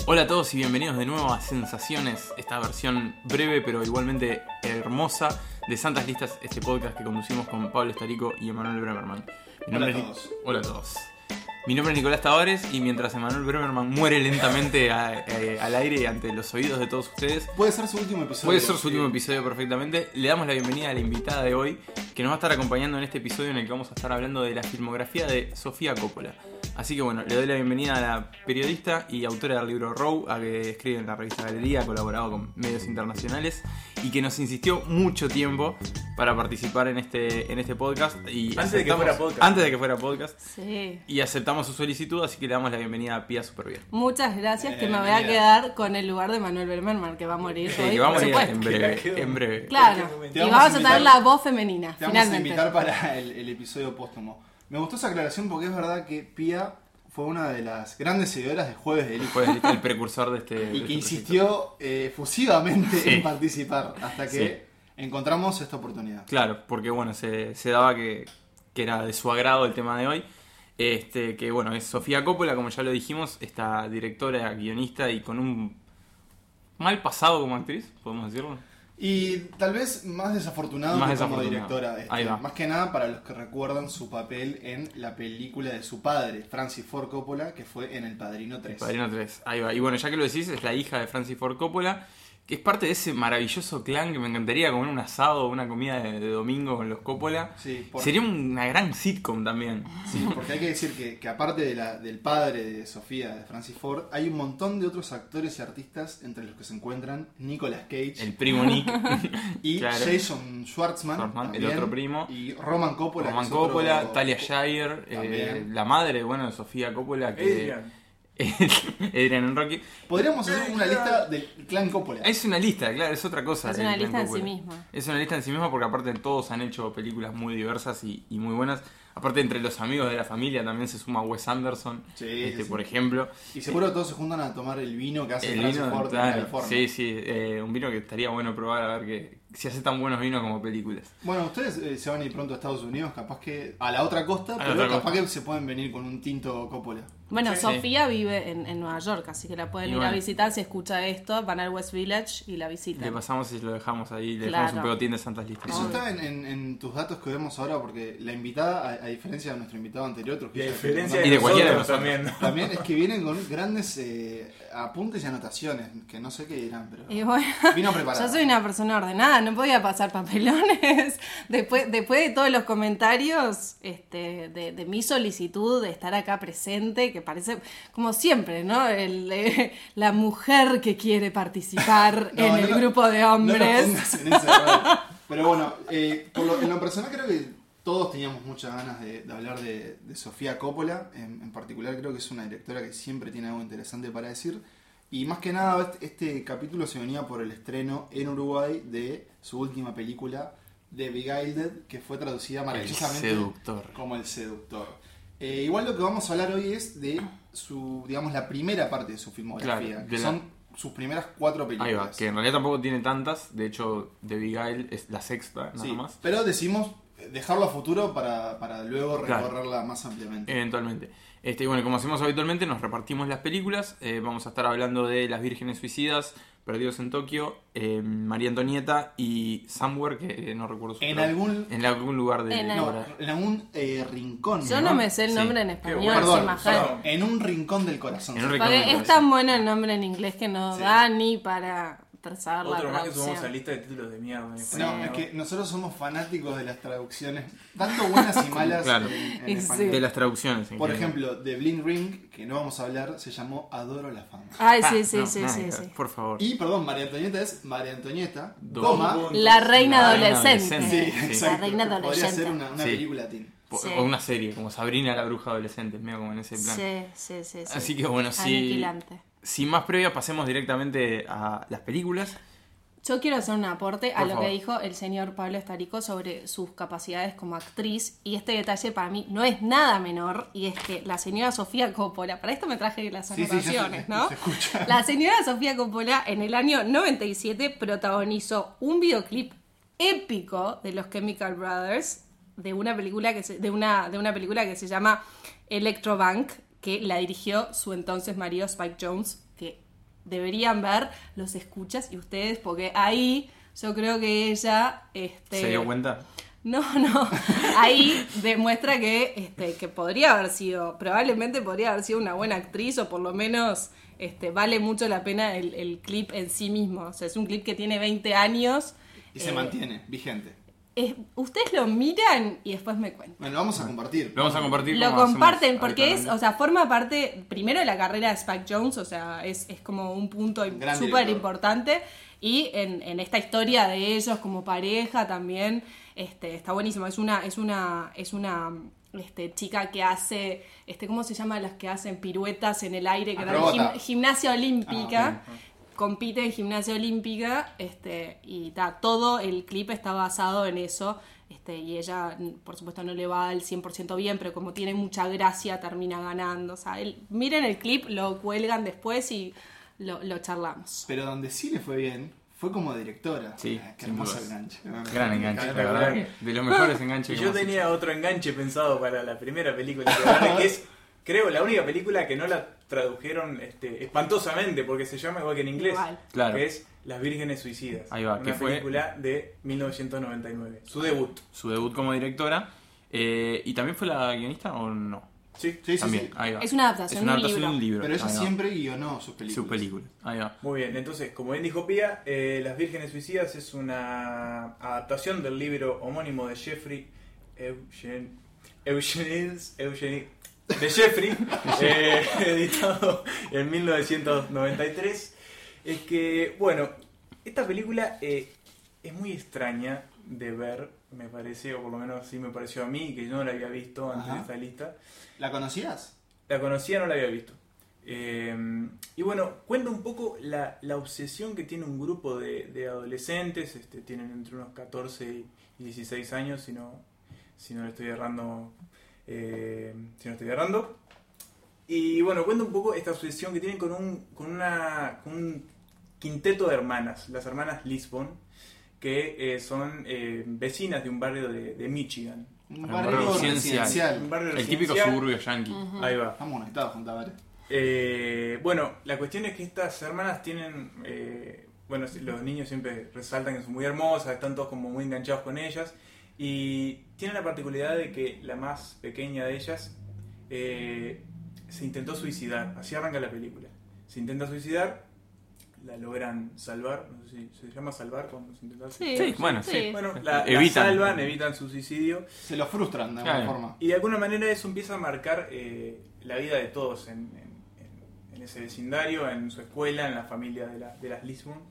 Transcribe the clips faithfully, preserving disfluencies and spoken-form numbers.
Hola a todos y bienvenidos de nuevo a Sensaciones, esta versión breve pero igualmente hermosa de Santas Listas, este podcast que conducimos con Pablo Estarico y Emanuel Bremerman. Mi Hola a es... todos. Hola a todos. Mi nombre es Nicolás Tavares y mientras Emanuel Bremerman muere lentamente a, a, al aire ante los oídos de todos ustedes, puede ser su último episodio. Puede ser su último episodio perfectamente. Le damos la bienvenida a la invitada de hoy, que nos va a estar acompañando en este episodio en el que vamos a estar hablando de la filmografía de Sofía Coppola. Así que bueno, le doy la bienvenida a la periodista y autora del libro Row, a que escribe en la revista Galería, ha colaborado con medios internacionales y que nos insistió mucho tiempo para participar en este, en este podcast. Y antes de que fuera podcast. Antes de que fuera podcast. Sí. Y aceptamos su solicitud, así que le damos la bienvenida a Pía Superbier. Muchas gracias, Eh, que me voy a quedar con el lugar de Manuel Bremerman, que va a morir Sí, hoy, que va a por morir supuesto. en breve, en breve. Claro, Te y vamos vamos a a tener invitar- la voz femenina, Te vamos a finalmente. invitar para el, el episodio póstumo. Me gustó esa aclaración porque es verdad que Pía fue una de las grandes seguidoras de Jueves de Élite. Fue el precursor de este de Y este que insistió eh, efusivamente Sí. en participar hasta que Sí. encontramos esta oportunidad. Claro, porque bueno, se, se daba que, que era de su agrado el tema de hoy. Este, que bueno, es Sofía Coppola, como ya lo dijimos, esta directora, guionista y con un mal pasado como actriz, podemos decirlo. Y tal vez más desafortunado Más que como desafortunado. directora. Este, Ahí va. más que nada para los que recuerdan su papel en la película de su padre, Francis Ford Coppola, que fue en El Padrino tres. Padrino tres, ahí va. Y bueno, ya que lo decís, es la hija de Francis Ford Coppola, que es parte de ese maravilloso clan que me encantaría comer un asado o una comida de, de domingo con los Coppola. Sí, por- Sería una gran sitcom también. Sí, porque hay que decir que, que aparte de la, del padre de Sofía, de Francis Ford, hay un montón de otros actores y artistas entre los que se encuentran Nicolas Cage El primo Nick, y claro. Jason Schwartzman, Schwartzman, el también, otro primo. y Roman Coppola. Roman que es otro- Coppola, Talia Shire, eh, También. la madre, bueno, de Sofía Coppola, que Adrian. Adrian Enroque. Podríamos hacer una lista del clan Coppola. Es una lista, claro, es otra cosa. Es el una clan lista en sí Coppola. misma. Es una lista en sí misma porque aparte todos han hecho películas muy diversas y, y muy buenas. Aparte entre los amigos de la familia también se suma Wes Anderson, Sí, este, sí, sí. por ejemplo. Y seguro todos se juntan a tomar el vino que hace El Francis vino, Ford en claro, California. sí, sí, eh, un vino que estaría bueno probar a ver que si hace tan buenos vinos como películas. Bueno, ustedes eh, se van a ir pronto a Estados Unidos, capaz que a la otra costa, A la pero otra capaz costa. que se pueden venir con un tinto Coppola. Bueno, Sí. Sofía vive en, en Nueva York, así que la pueden Y ir bueno. a visitar si escucha esto, van al West Village y la Le visitan. pasamos y lo dejamos ahí, le Claro. dejamos un pegotín de Santas Listas. Eso Obvio. está en, en- en tus datos que vemos ahora, porque la invitada, a, a diferencia de nuestro invitado anterior, Y a Trujillo, diferencia que- de, Y de cualquiera de nosotros nosotros. también, ¿no? también es que vienen con grandes eh, apuntes y anotaciones, que no sé qué dirán, pero Y bueno, vino preparada. yo soy una persona ordenada, no podía pasar papelones. Después, después de todos los comentarios este, de, de mi solicitud de estar acá presente, que parece, como siempre, ¿no? El, eh, la mujer que quiere participar No, en no el lo- grupo de No lo hombres. pongas en ese rol. Pero bueno, eh, por lo- en lo personal creo que todos teníamos muchas ganas de, de hablar de, de Sofía Coppola. En, en particular creo que es una directora que siempre tiene algo interesante para decir. Y más que nada este, este capítulo se venía por el estreno en Uruguay de su última película, The Beguiled, que fue traducida El maravillosamente seductor. como El Seductor. Eh, igual lo que vamos a hablar hoy es de su, digamos, la primera parte de su filmografía, Claro, que de la- son sus primeras cuatro películas. Ahí va, que en realidad tampoco tiene tantas, de hecho The Beguiled es la sexta, nada Sí, más. pero decidimos dejarlo a futuro para, para luego Claro. recorrerla más ampliamente. Eventualmente. Este, y bueno, como hacemos habitualmente, nos repartimos las películas. Eh, vamos a estar hablando de Las Vírgenes Suicidas, Perdidos en Tokio, eh, María Antonieta y Somewhere, que eh, no recuerdo su En nombre. algún- en algún lugar de En la el- No, obra. en algún eh, rincón. Yo no me sé el Sí. nombre en Qué español, bueno. Perdón, soy majal. perdón. En un rincón del corazón. En un rincón del Porque es corazón. tan bueno el nombre en inglés que no Sí. da ni para saber la Otro más que sumamos a la traducción. lista de títulos de mierda. en No, español. es que nosotros somos fanáticos de las traducciones, tanto buenas y malas Claro. en, en Y español. sí. De las traducciones. en Por general. ejemplo, de Bling Ring, que no vamos a hablar, se llamó Adoro la fama. Ay, Ah, sí, sí, no, sí, nada sí, que ver, sí. Por favor. Y, perdón, María Antonieta es María Antonieta, Do- coma. La reina La reina adolescente. adolescente. Sí, Sí. exacto. La reina Podría adolescente. ser una, una Sí. película teen. Po- Sí. O una serie, como Sabrina la bruja adolescente, medio como en ese plan. Sí, sí, sí, sí. Así que bueno, sí. Aniquilante. Sin más previa, pasemos directamente a las películas. Yo quiero hacer un aporte a Por lo favor. que dijo el señor Pablo Estarico sobre sus capacidades como actriz. Y este detalle para mí no es nada menor. Y es que la señora Sofía Coppola, para esto me traje las Sí, sí, ya se- anotaciones, ¿no? se escucha. La señora Sofía Coppola en el año noventa y siete protagonizó un videoclip épico de los Chemical Brothers de una película que se, de una, de una película que se llama Electrobank, que la dirigió su entonces marido Spike Jonze, que deberían ver los escuchas y ustedes, porque ahí yo creo que ella... Este, ¿Se dio cuenta? No, no. Ahí demuestra que, este, que podría haber sido, probablemente podría haber sido una buena actriz, o por lo menos este, vale mucho la pena el, el clip en sí mismo. O sea, es un clip que tiene veinte años. Y se eh, mantiene, vigente. Es, ustedes lo miran y después me cuentan. Bueno, lo vamos a compartir. Lo vamos a compartir. Lo como comparten hacemos porque es, habitualmente. o sea, forma parte primero de la carrera de Spike Jonze, o sea, es, es como un punto Gran súper director. importante. Y en, en esta historia de ellos como pareja también, este, está buenísimo. Es una, es una, es una este, chica que hace, este, ¿cómo se llama? Las que hacen piruetas en el aire, que era de Acrobata. gim- gimnasia olímpica. Ah, Compite en gimnasia olímpica, este, y ta, todo el clip está basado en eso. Este, y ella, por supuesto, no le va al cien por ciento bien, pero como tiene mucha gracia, termina ganando. O sea, el- miren el clip, lo cuelgan después y lo, lo charlamos. Pero donde sí le fue bien fue como directora. Sí, Ah, qué sin hermoso dudas. enganche. Gran enganche, la Espectacular. verdad que de los mejores enganches Y que yo hemos tenía otro enganche pensado para la primera película que grabé, que es, creo, la única película que no la tradujeron este, espantosamente, porque se llama igual que en inglés, Igual. Claro. que es Las Vírgenes Suicidas. Ahí va, una que fue- película de mil novecientos noventa y nueve, su debut. hecho. Su debut como directora. Eh, ¿Y también fue la guionista o no? Sí, Sí, sí, También, sí. ahí va. Es una adaptación Es una de un adaptación de un libro. Pero ella ahí va. siempre guionó sus películas. Sus películas. Ahí va. muy bien. Entonces, como bien dijo Pía, eh, Las Vírgenes Suicidas es una adaptación del libro homónimo de Jeffrey Eugen, Eugenes, Eugeni- de Jeffrey, eh, editado en mil novecientos noventa y tres. Es que, bueno, esta película eh, es muy extraña de ver, me parece, o por lo menos así me pareció a mí, que yo no la había visto antes Ajá. de esta lista. ¿La conocías? La conocía, no la había visto. Eh, y bueno, cuenta un poco la, la obsesión que tiene un grupo de, de adolescentes, este, tienen entre unos catorce y dieciséis años, si no, si no le estoy errando, eh, si no estoy errando. Y bueno, cuenta un poco esta obsesión que tienen con un, con una, con un quinteto de hermanas, las hermanas Lisbon, que eh, son eh, vecinas de un barrio de, de Michigan. Un Un barrio barrio residencial. residencial. Un barrio El típico residencial. suburbio yankee. Ahí va. Estamos conectados con Tabaré. Eh, bueno, la cuestión es que estas hermanas tienen, eh, bueno, los niños siempre resaltan que son muy hermosas, están todos como muy enganchados con ellas, y tienen la particularidad de que la más pequeña de ellas eh, se intentó suicidar, así arranca la película. Se intenta suicidar, la logran salvar, no sé si se llama salvar cuando se intenta Sí, Sí, bueno, sí. Bueno, la, la Evitan. salvan, evitan su suicidio. Se lo frustran de alguna Claro. forma. Y de alguna manera eso empieza a marcar eh, la vida de todos en, en- en- en ese vecindario, en su escuela, en la familia de, la- de las Lisbon.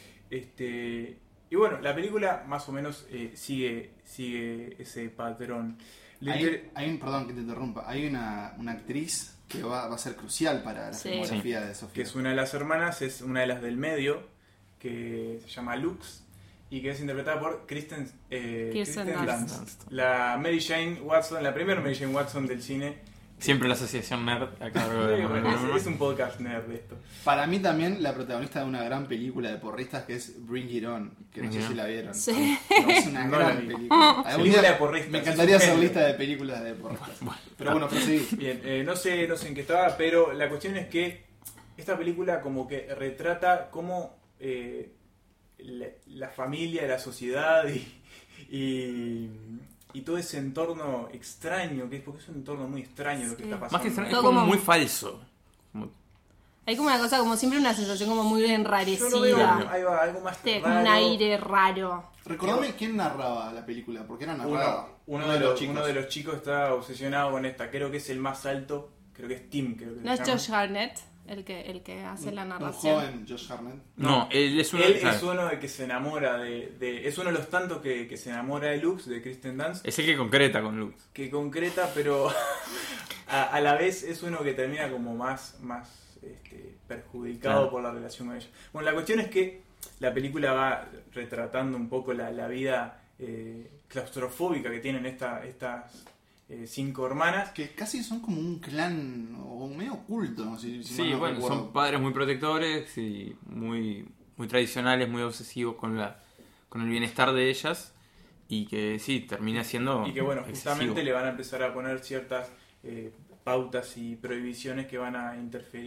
Este, y bueno, la película más o menos eh, sigue, sigue ese patrón. Le Hay, inter- hay un, perdón que te interrumpa, hay una, una actriz que va, va a ser crucial para la Sí. filmografía de que Sofía. es una de las hermanas, es una de las del medio, que se llama Lux, y que es interpretada por Kristen, eh, Kirsten Kristen Dunst. Dunst. La Mary Jane Watson, la primera Mary Jane Watson del cine. Siempre la asociación nerd a cargo de es, es un podcast nerd de esto. Para mí también la protagonista de una gran película de porristas que es Bring It On, que no Bring sé It si On. la vieron. Sí. No, es una No la gran vi. película. Algún Película día de porristas, me es encantaría un hacer género. lista de películas de porristas. Pero bueno, proseguí. Bien, eh, no sé, no sé en qué estaba, pero la cuestión es que esta película como que retrata cómo eh, la, la familia, la sociedad y, y, y todo ese entorno extraño que es, porque es un entorno muy extraño lo que Sí. está Más pasando. que extraño, es Todo como como- muy falso. Como- Hay como una cosa, como siempre, una sensación como muy Yo enrarecida. lo veo, ahí va, algo más Este, raro. un aire raro. Recordame quién narraba la película, porque era Uno, narrada. uno de los, uno de los chicos está obsesionado con esta, creo que es el más alto, creo que es Tim, creo que No se es llama. Josh Hartnett el que, el que hace la Un narración. joven Josh Hartnett. No, él es uno Él claro, es uno de que se enamora de, de- es uno de los tantos que, que se enamora de Lux, de Kristen Dunst, es el que concreta con Lux. que concreta, pero a, a la vez es uno que termina como más, más este, perjudicado Claro. por la relación con ella. Bueno, la cuestión es que la película va retratando un poco la, la vida eh, claustrofóbica que tienen esta, estas eh, cinco hermanas. Que casi son como un clan o medio oculto, ¿no? Si, si Sí, mal no bueno, recuerdo. son padres muy protectores y muy, muy tradicionales, muy obsesivos con la con el bienestar de ellas y que sí, termina siendo Y que bueno, excesivo. justamente le van a empezar a poner ciertas eh, pautas y prohibiciones que van a interferir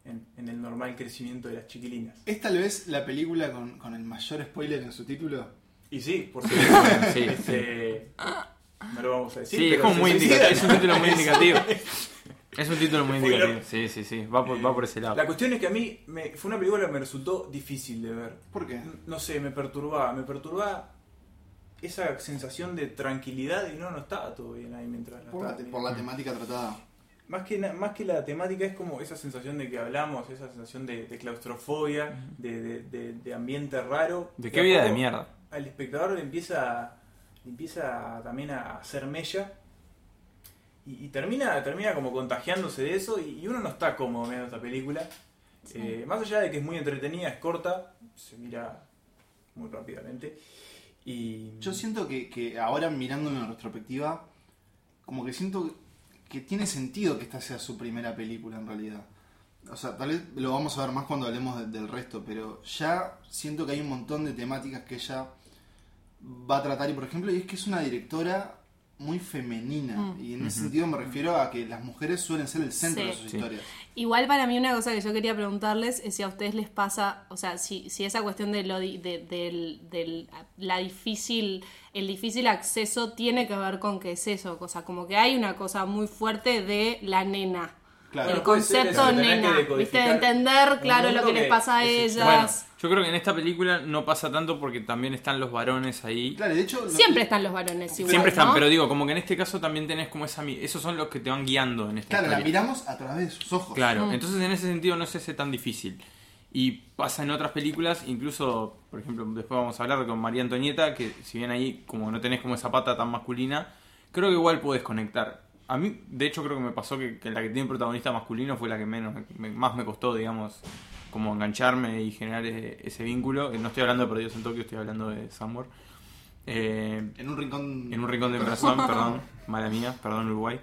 en, en el normal crecimiento de las chiquilinas. ¿Es tal vez la película con, con el mayor spoiler en su título? Y sí, por supuesto. Sí. Este, no lo vamos a decir. Sí, es pero como se muy suicida. indicativo. Es un título muy indicativo. Es un título muy Spoiler. indicativo. Sí, sí, sí. Va por, va por ese lado. La cuestión es que a mí me, fue una película que me resultó difícil de ver. ¿Por qué? No sé, me perturbaba. Me perturbaba esa sensación de tranquilidad y no, no estaba todo bien ahí mientras la Por estaba la, teniendo. por la temática tratada. Más que, na- más que la temática es como esa sensación de que hablamos, esa sensación de, de claustrofobia, de, de, de- de ambiente raro. ¿De Y qué a vida poco de mierda? Al espectador le empieza, le empieza también a hacer mella y, y termina, termina como contagiándose de eso y, y uno no está cómodo viendo esta película. Sí. Eh, más allá de que es muy entretenida, es corta, se mira muy rápidamente. Y Yo siento que, que ahora mirándolo en retrospectiva, como que siento que tiene sentido que esta sea su primera película en realidad. O sea, tal vez lo vamos a ver más cuando hablemos de- del resto, pero ya siento que hay un montón de temáticas que ella va a tratar. Y por ejemplo, y es que es una directora muy femenina. Mm. Y en ese Ujú. sentido me refiero a que las mujeres suelen ser el centro Sí. de sus Sí. historias. Igual para mí una cosa que yo quería preguntarles es si a ustedes les pasa, o sea, si, si esa cuestión de lo di- de, del- del- la difícil, el difícil acceso tiene que ver con que es eso, o sea, como que hay una cosa muy fuerte de la nena. Claro. El Bueno, puede ser concepto eso, tener que nena, decodificar viste, de entender, un claro, lo mundo que les que pasa a es- ellas. Bueno, yo creo que en esta película no pasa tanto porque también están los varones ahí. Claro, de hecho... lo- Siempre están los varones igual, Siempre están, ¿no? pero digo, como que en este caso también tenés como esa... mi- Esos son los que te van guiando en esta Claro, la historia. miramos a través de sus ojos. Claro, Mm. entonces en ese sentido no se hace tan difícil. Y pasa en otras películas, incluso, por ejemplo, después vamos a hablar con María Antonieta, que si bien ahí como no tenés como esa pata tan masculina, creo que igual puedes conectar. A mí, de hecho, creo que me pasó que, que la que tiene protagonista masculino fue la que menos me- más me costó, digamos, como engancharme y generar ese, ese vínculo. No estoy hablando de Perdidos en Tokio, estoy hablando de Somewhere. Eh, En un rincón... en un rincón de mi corazón, perdón, mala mía, perdón Uruguay.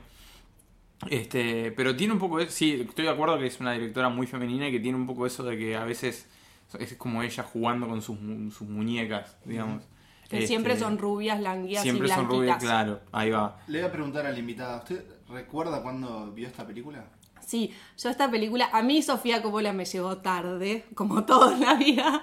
Este, pero tiene un poco de, sí, estoy de acuerdo que es una directora muy femenina y que tiene un poco eso de que a veces es como ella jugando con sus, mu- sus muñecas, digamos. Que Este, siempre son rubias, languías y siempre son blanquitas. rubias, claro, ahí va. Le voy a preguntar a la invitada, ¿usted recuerda cuándo vio esta película? Sí, yo esta película, a mí Sofía Coppola me llegó tarde, como todo en la vida,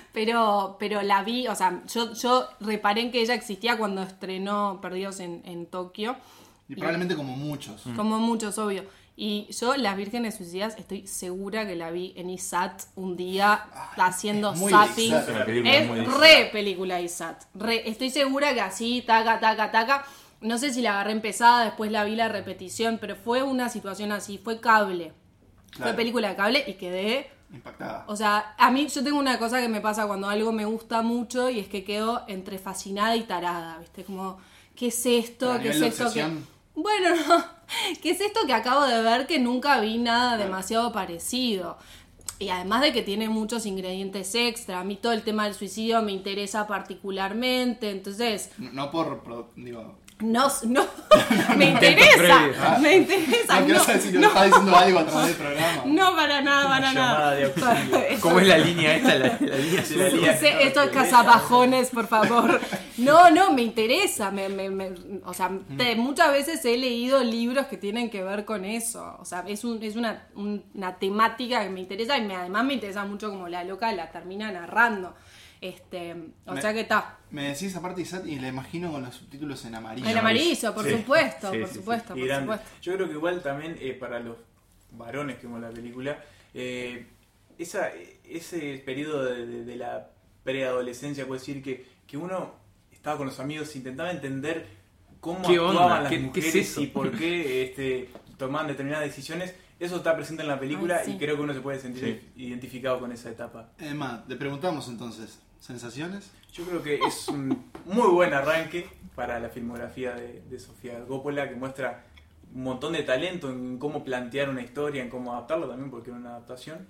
pero, pero la vi, o sea, yo, yo reparé en que ella existía cuando estrenó Perdidos en, en Tokio, Y probablemente como muchos. como muchos, obvio. Y yo, Las Vírgenes Suicidas, estoy segura que la vi en I S A T un día haciendo es muy de zapping. I S A T. Es una película Es muy de- re película I S A T. Re, estoy segura que así, taca, taca, taca. No sé si la agarré empezada, después la vi la repetición, pero fue una situación así, fue cable. Fue Claro. película de cable y quedé... Impactada. O sea, a mí yo tengo una cosa que me pasa cuando algo me gusta mucho y es que quedo entre fascinada y tarada, ¿viste? Como, ¿qué es esto? Pero a ¿Qué es nivel de esto? que obsesión. Bueno, no. ¿Qué es esto que acabo de ver que nunca vi nada demasiado parecido? Y además de que tiene muchos ingredientes extra, a mí todo el tema del suicidio me interesa particularmente, entonces... No, no por... pro- digo... No, no, me Intentos interesa, previos. me interesa. No, quiero No, saber si nos no, está diciendo algo a través del programa. no, para nada, Una para llamada nada. de auxilio. Eso- ¿Cómo es la línea esta? La, la línea Sí, la azul. línea- Ese- no, esto es que cazabajones, por favor. No, no, me interesa. Me, me- me- o sea, te- muchas veces he leído libros que tienen que ver con eso. O sea, es, un, es una, un- una temática que me interesa y me, además me interesa mucho como la loca la termina narrando. Este, o Me- sea que está. Me decís aparte I S A T y la imagino con los subtítulos en amarillo. El amarillo, por Sí. supuesto, Sí, por sí, sí. supuesto, Y por grande. supuesto. Yo creo que igual también eh, para los varones que vemos la película, eh, esa, ese periodo de, de- de la preadolescencia, puedo decir que, que uno estaba con los amigos, intentaba entender cómo ¿Qué actuaban onda? las ¿Qué- qué mujeres es eso? y por qué este, tomaban determinadas decisiones. Eso está presente en la película Ay, sí. y creo que uno se puede sentir identificado con esa etapa. Emma, le preguntamos entonces, ¿sensaciones? Yo creo que es un muy buen arranque para la filmografía de, de Sofía Coppola, que muestra un montón de talento en cómo plantear una historia, en cómo adaptarlo también, porque es una adaptación.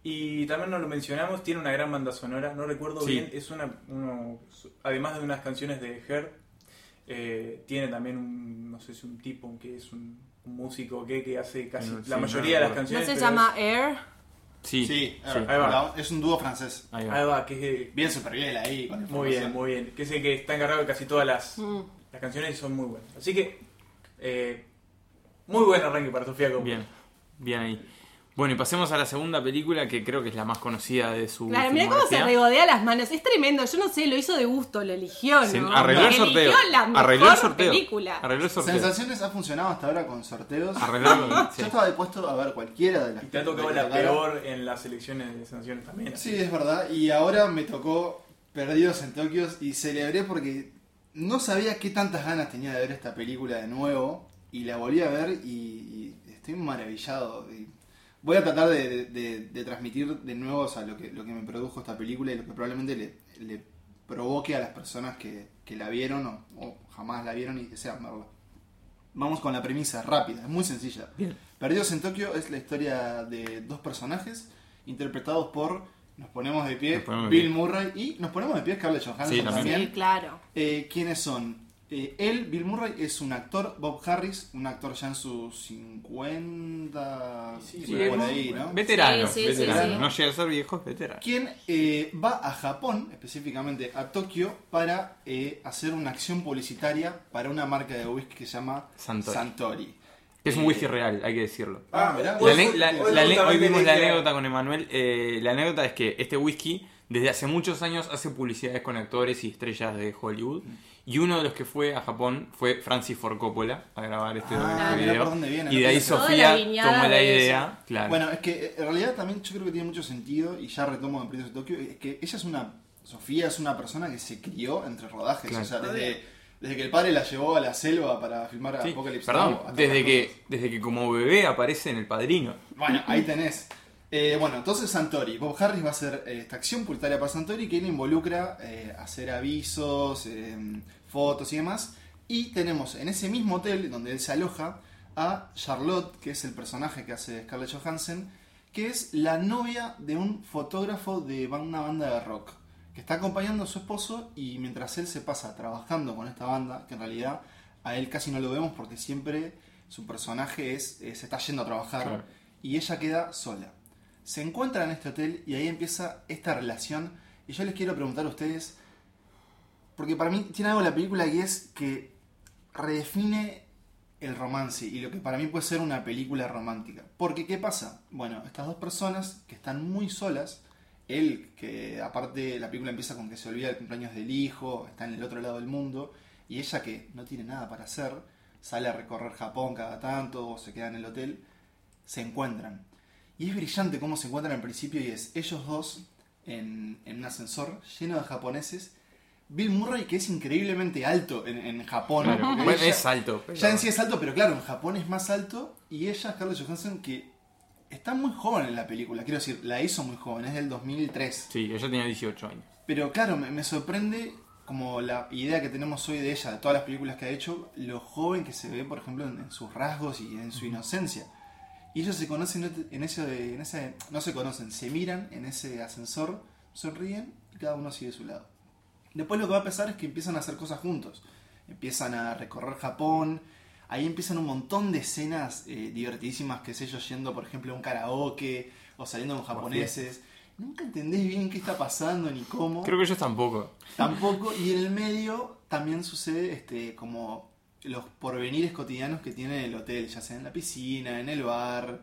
Y también nos lo mencionamos, tiene una gran banda sonora, no recuerdo Sí. bien, es una, uno, además de unas canciones de Her, eh, tiene también un, no sé si un tipo que es un, un músico que, que hace casi No, sí, la no mayoría de las recuerdo. ¿No canciones. se pero llama Air? Sí, Sí, sí. eh, Ahí va. la- es un dúo francés. Ahí es- va. ahí va, que es Bien Superviel ahí. Con muy bien, información. muy bien, que es el que está encargado de casi todas las... Mm. Las canciones son muy buenas. Así que, eh, muy buen arranque para Sofía Coppola. Bien, bien ahí. Bueno, y pasemos a la segunda película, que creo que es la más conocida de su Claro, mira cómo se filmografía. regodea las manos. Es tremendo. Yo no sé, lo hizo de gusto, lo eligió, ¿no? Sí, arregló el Eligió sorteo. la mejor Arregló el sorteo. película. Arregló el sorteo. Sensaciones ha funcionado hasta ahora con sorteos. Arreglaron, sí. Yo estaba dispuesto a ver cualquiera de las Y te ha tocado que la tocaron. peor en las elecciones de sanciones también. Sí, es verdad. Y ahora me tocó Perdidos en Tokio y celebré porque no sabía qué tantas ganas tenía de ver esta película de nuevo. Y la volví a ver y, y estoy maravillado. Y voy a tratar de, de- de- de transmitir de nuevo, o sea, lo que, lo que me produjo esta película y lo que probablemente le, le provoque a las personas que, que la vieron o, o jamás la vieron y desean verla. Vamos con la premisa rápida, es muy sencilla. Bien. Perdidos en Tokio es la historia de dos personajes interpretados por, nos ponemos de pie, Nos ponemos de Bill pie. Murray y nos ponemos de pie Scarlett Johansson Sí, también. también. Sí, claro. Eh, ¿Quiénes son? Eh, él, Bill Murray, es un actor, Bob Harris, un actor ya en sus cincuenta, Sí, por sí, ahí, ¿no? Veterano, Sí, sí, veterano. sí, sí. No llega a ser viejo, es veterano. Quien eh, va a Japón, específicamente a Tokio, para eh, hacer una acción publicitaria para una marca de whisky que se llama Santori. Santori. Que es un Eh, whisky real, hay que decirlo. Ah, mirá. La Hoy- ane- la- hoy la ane- justamente hoy vimos la leía- anécdota con Emanuel. Eh, la anécdota es que este whisky desde hace muchos años hace publicidades con actores y estrellas de Hollywood. Y uno de los que fue a Japón fue Francis Ford Coppola a grabar este, Ah, este mirá video. por dónde viene, y no de ahí tenía- Toda Sofía la viñada tomó la de idea. Claro. Bueno, es que eh, en realidad también yo creo que tiene mucho sentido, y ya retomo en Perdidos en Tokio, es que ella es una, Sofía es una persona que se crió entre rodajes, Claro. o sea, desde, desde que el padre la llevó a la selva para filmar Sí, Apocalypse perdón, Now, hasta desde estas que, cosas. desde que como bebé aparece en El Padrino. Bueno, ahí tenés. Eh, bueno, entonces Santori, Bob Harris va a hacer eh, esta acción publicitaria para Santori que le involucra eh, hacer avisos, eh, fotos y demás. Y tenemos en ese mismo hotel donde él se aloja a Charlotte, que es el personaje que hace Scarlett Johansson, que es la novia de un fotógrafo de una banda de rock, que está acompañando a su esposo y mientras él se pasa trabajando con esta banda, que en realidad a él casi no lo vemos porque siempre su personaje es eh, se está yendo a trabajar Claro. y ella queda sola. Se encuentra en este hotel y ahí empieza esta relación y yo les quiero preguntar a ustedes, porque para mí tiene algo en la película que es que redefine el romance y lo que para mí puede ser una película romántica. Porque, ¿qué pasa? Bueno, estas dos personas que están muy solas, él, que aparte la película empieza con que se olvida el cumpleaños del hijo, está en el otro lado del mundo, y ella que no tiene nada para hacer, sale a recorrer Japón cada tanto o se queda en el hotel, se encuentran. Y es brillante cómo se encuentran al principio y es ellos dos en, en un ascensor lleno de japoneses. Bill Murray, que es increíblemente alto en, en Japón. Claro. porque Bueno, ella- es alto. pero- ya en sí es alto, pero claro, en Japón es más alto. Y ella, Scarlett Johansson, que está muy joven en la película. Quiero decir, la hizo muy joven, es del dos mil tres. Sí, ella tenía dieciocho años. Pero claro, me, me sorprende como la idea que tenemos hoy de ella, de todas las películas que ha hecho, lo joven que se ve, por ejemplo, en, en sus rasgos y en su inocencia. Y ellos se conocen en ese, en ese... No se conocen, se miran en ese ascensor, sonríen y cada uno sigue su lado. Después lo que va a pasar es que empiezan a hacer cosas juntos. Empiezan a recorrer Japón. Ahí empiezan un montón de escenas eh, divertidísimas, que es ellos yendo, por ejemplo, a un karaoke o saliendo con japoneses. Nunca entendés bien qué está pasando ni cómo. Creo que ellos tampoco. Tampoco. Y en el medio también sucede este como los porvenires cotidianos que tiene el hotel, ya sea en la piscina, en el bar.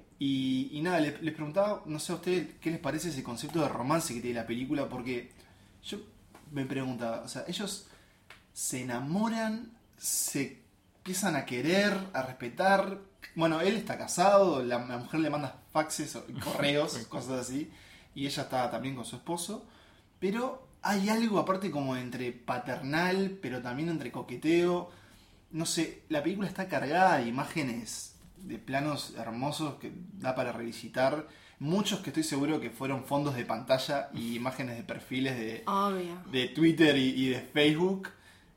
Y, y nada, les, les preguntaba, no sé a ustedes, qué les parece ese concepto de romance que tiene la película, porque yo me preguntaba, o sea, ellos se enamoran, se empiezan a querer, a respetar. Bueno, él está casado, la, la mujer le manda faxes, o correos, cosas así, y ella está también con su esposo, pero hay algo aparte como entre paternal, pero también entre coqueteo. No sé, la película está cargada de imágenes, de planos hermosos que da para revisitar. Muchos que estoy seguro que fueron fondos de pantalla y imágenes de perfiles de, Obvio. de Twitter y, y de Facebook.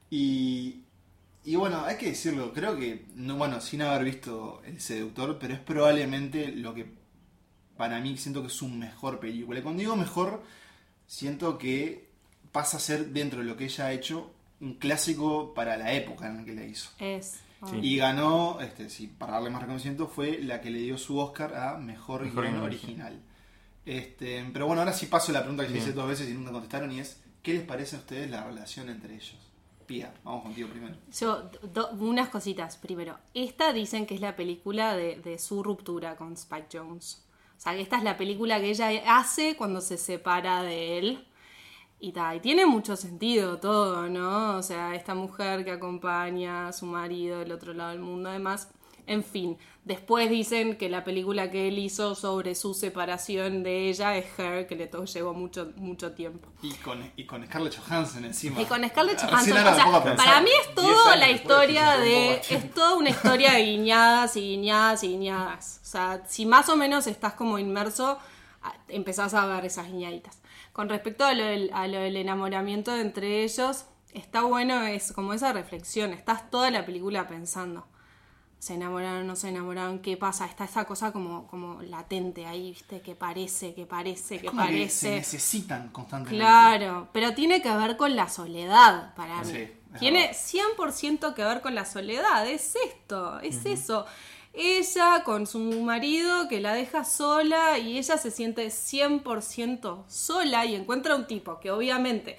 Y, y bueno, hay que decirlo, creo que, no, bueno, sin haber visto El Seductor, pero es probablemente lo que para mí siento que es su mejor película. Y cuando digo mejor, siento que pasa a ser, dentro de lo que ella ha hecho, un clásico para la época en la que la hizo. Es. Sí. Y ganó, este, sí, para darle más reconocimiento, fue la que le dio su Oscar a Mejor, Mejor Guión guión Original. Este, pero bueno, ahora sí paso a la pregunta que les hice Bien. dos veces y nunca contestaron, y es, ¿qué les parece a ustedes la relación entre ellos? Pía, vamos contigo primero. Yo, do, unas cositas. Primero, esta dicen que es la película de, de su ruptura con Spike Jonze. O sea, que esta es la película que ella hace cuando se separa de él. Y, ta, y tiene mucho sentido todo, ¿no? O sea, esta mujer que acompaña a su marido del otro lado del mundo, además. En fin, después dicen que la película que él hizo sobre su separación de ella es Her, que le to- llevó mucho, mucho tiempo. Y con, y con Scarlett Johansson encima. Y con Scarlett Recién Johansson, ahora o sea, me pongo a pensar. para mí es diez todo años la después, historia se de... fue un Es toda una historia de guiñadas y guiñadas y guiñadas. O sea, si más o menos estás como inmerso, a- empezás a ver esas guiñaditas. Con respecto a lo del, a lo del enamoramiento entre ellos, está bueno, es como esa reflexión. Estás toda la película pensando. Se enamoraron, no se enamoraron, ¿qué pasa? Está esa cosa como, como latente ahí, ¿viste? Que parece, que parece, Es que como que parece. se necesitan constantemente. Claro, pero tiene que ver con la soledad para mí. Sí, es Tiene verdad. cien por ciento que ver con la soledad, es esto, es eso. Ella con su marido que la deja sola y ella se siente cien por ciento sola y encuentra un tipo que obviamente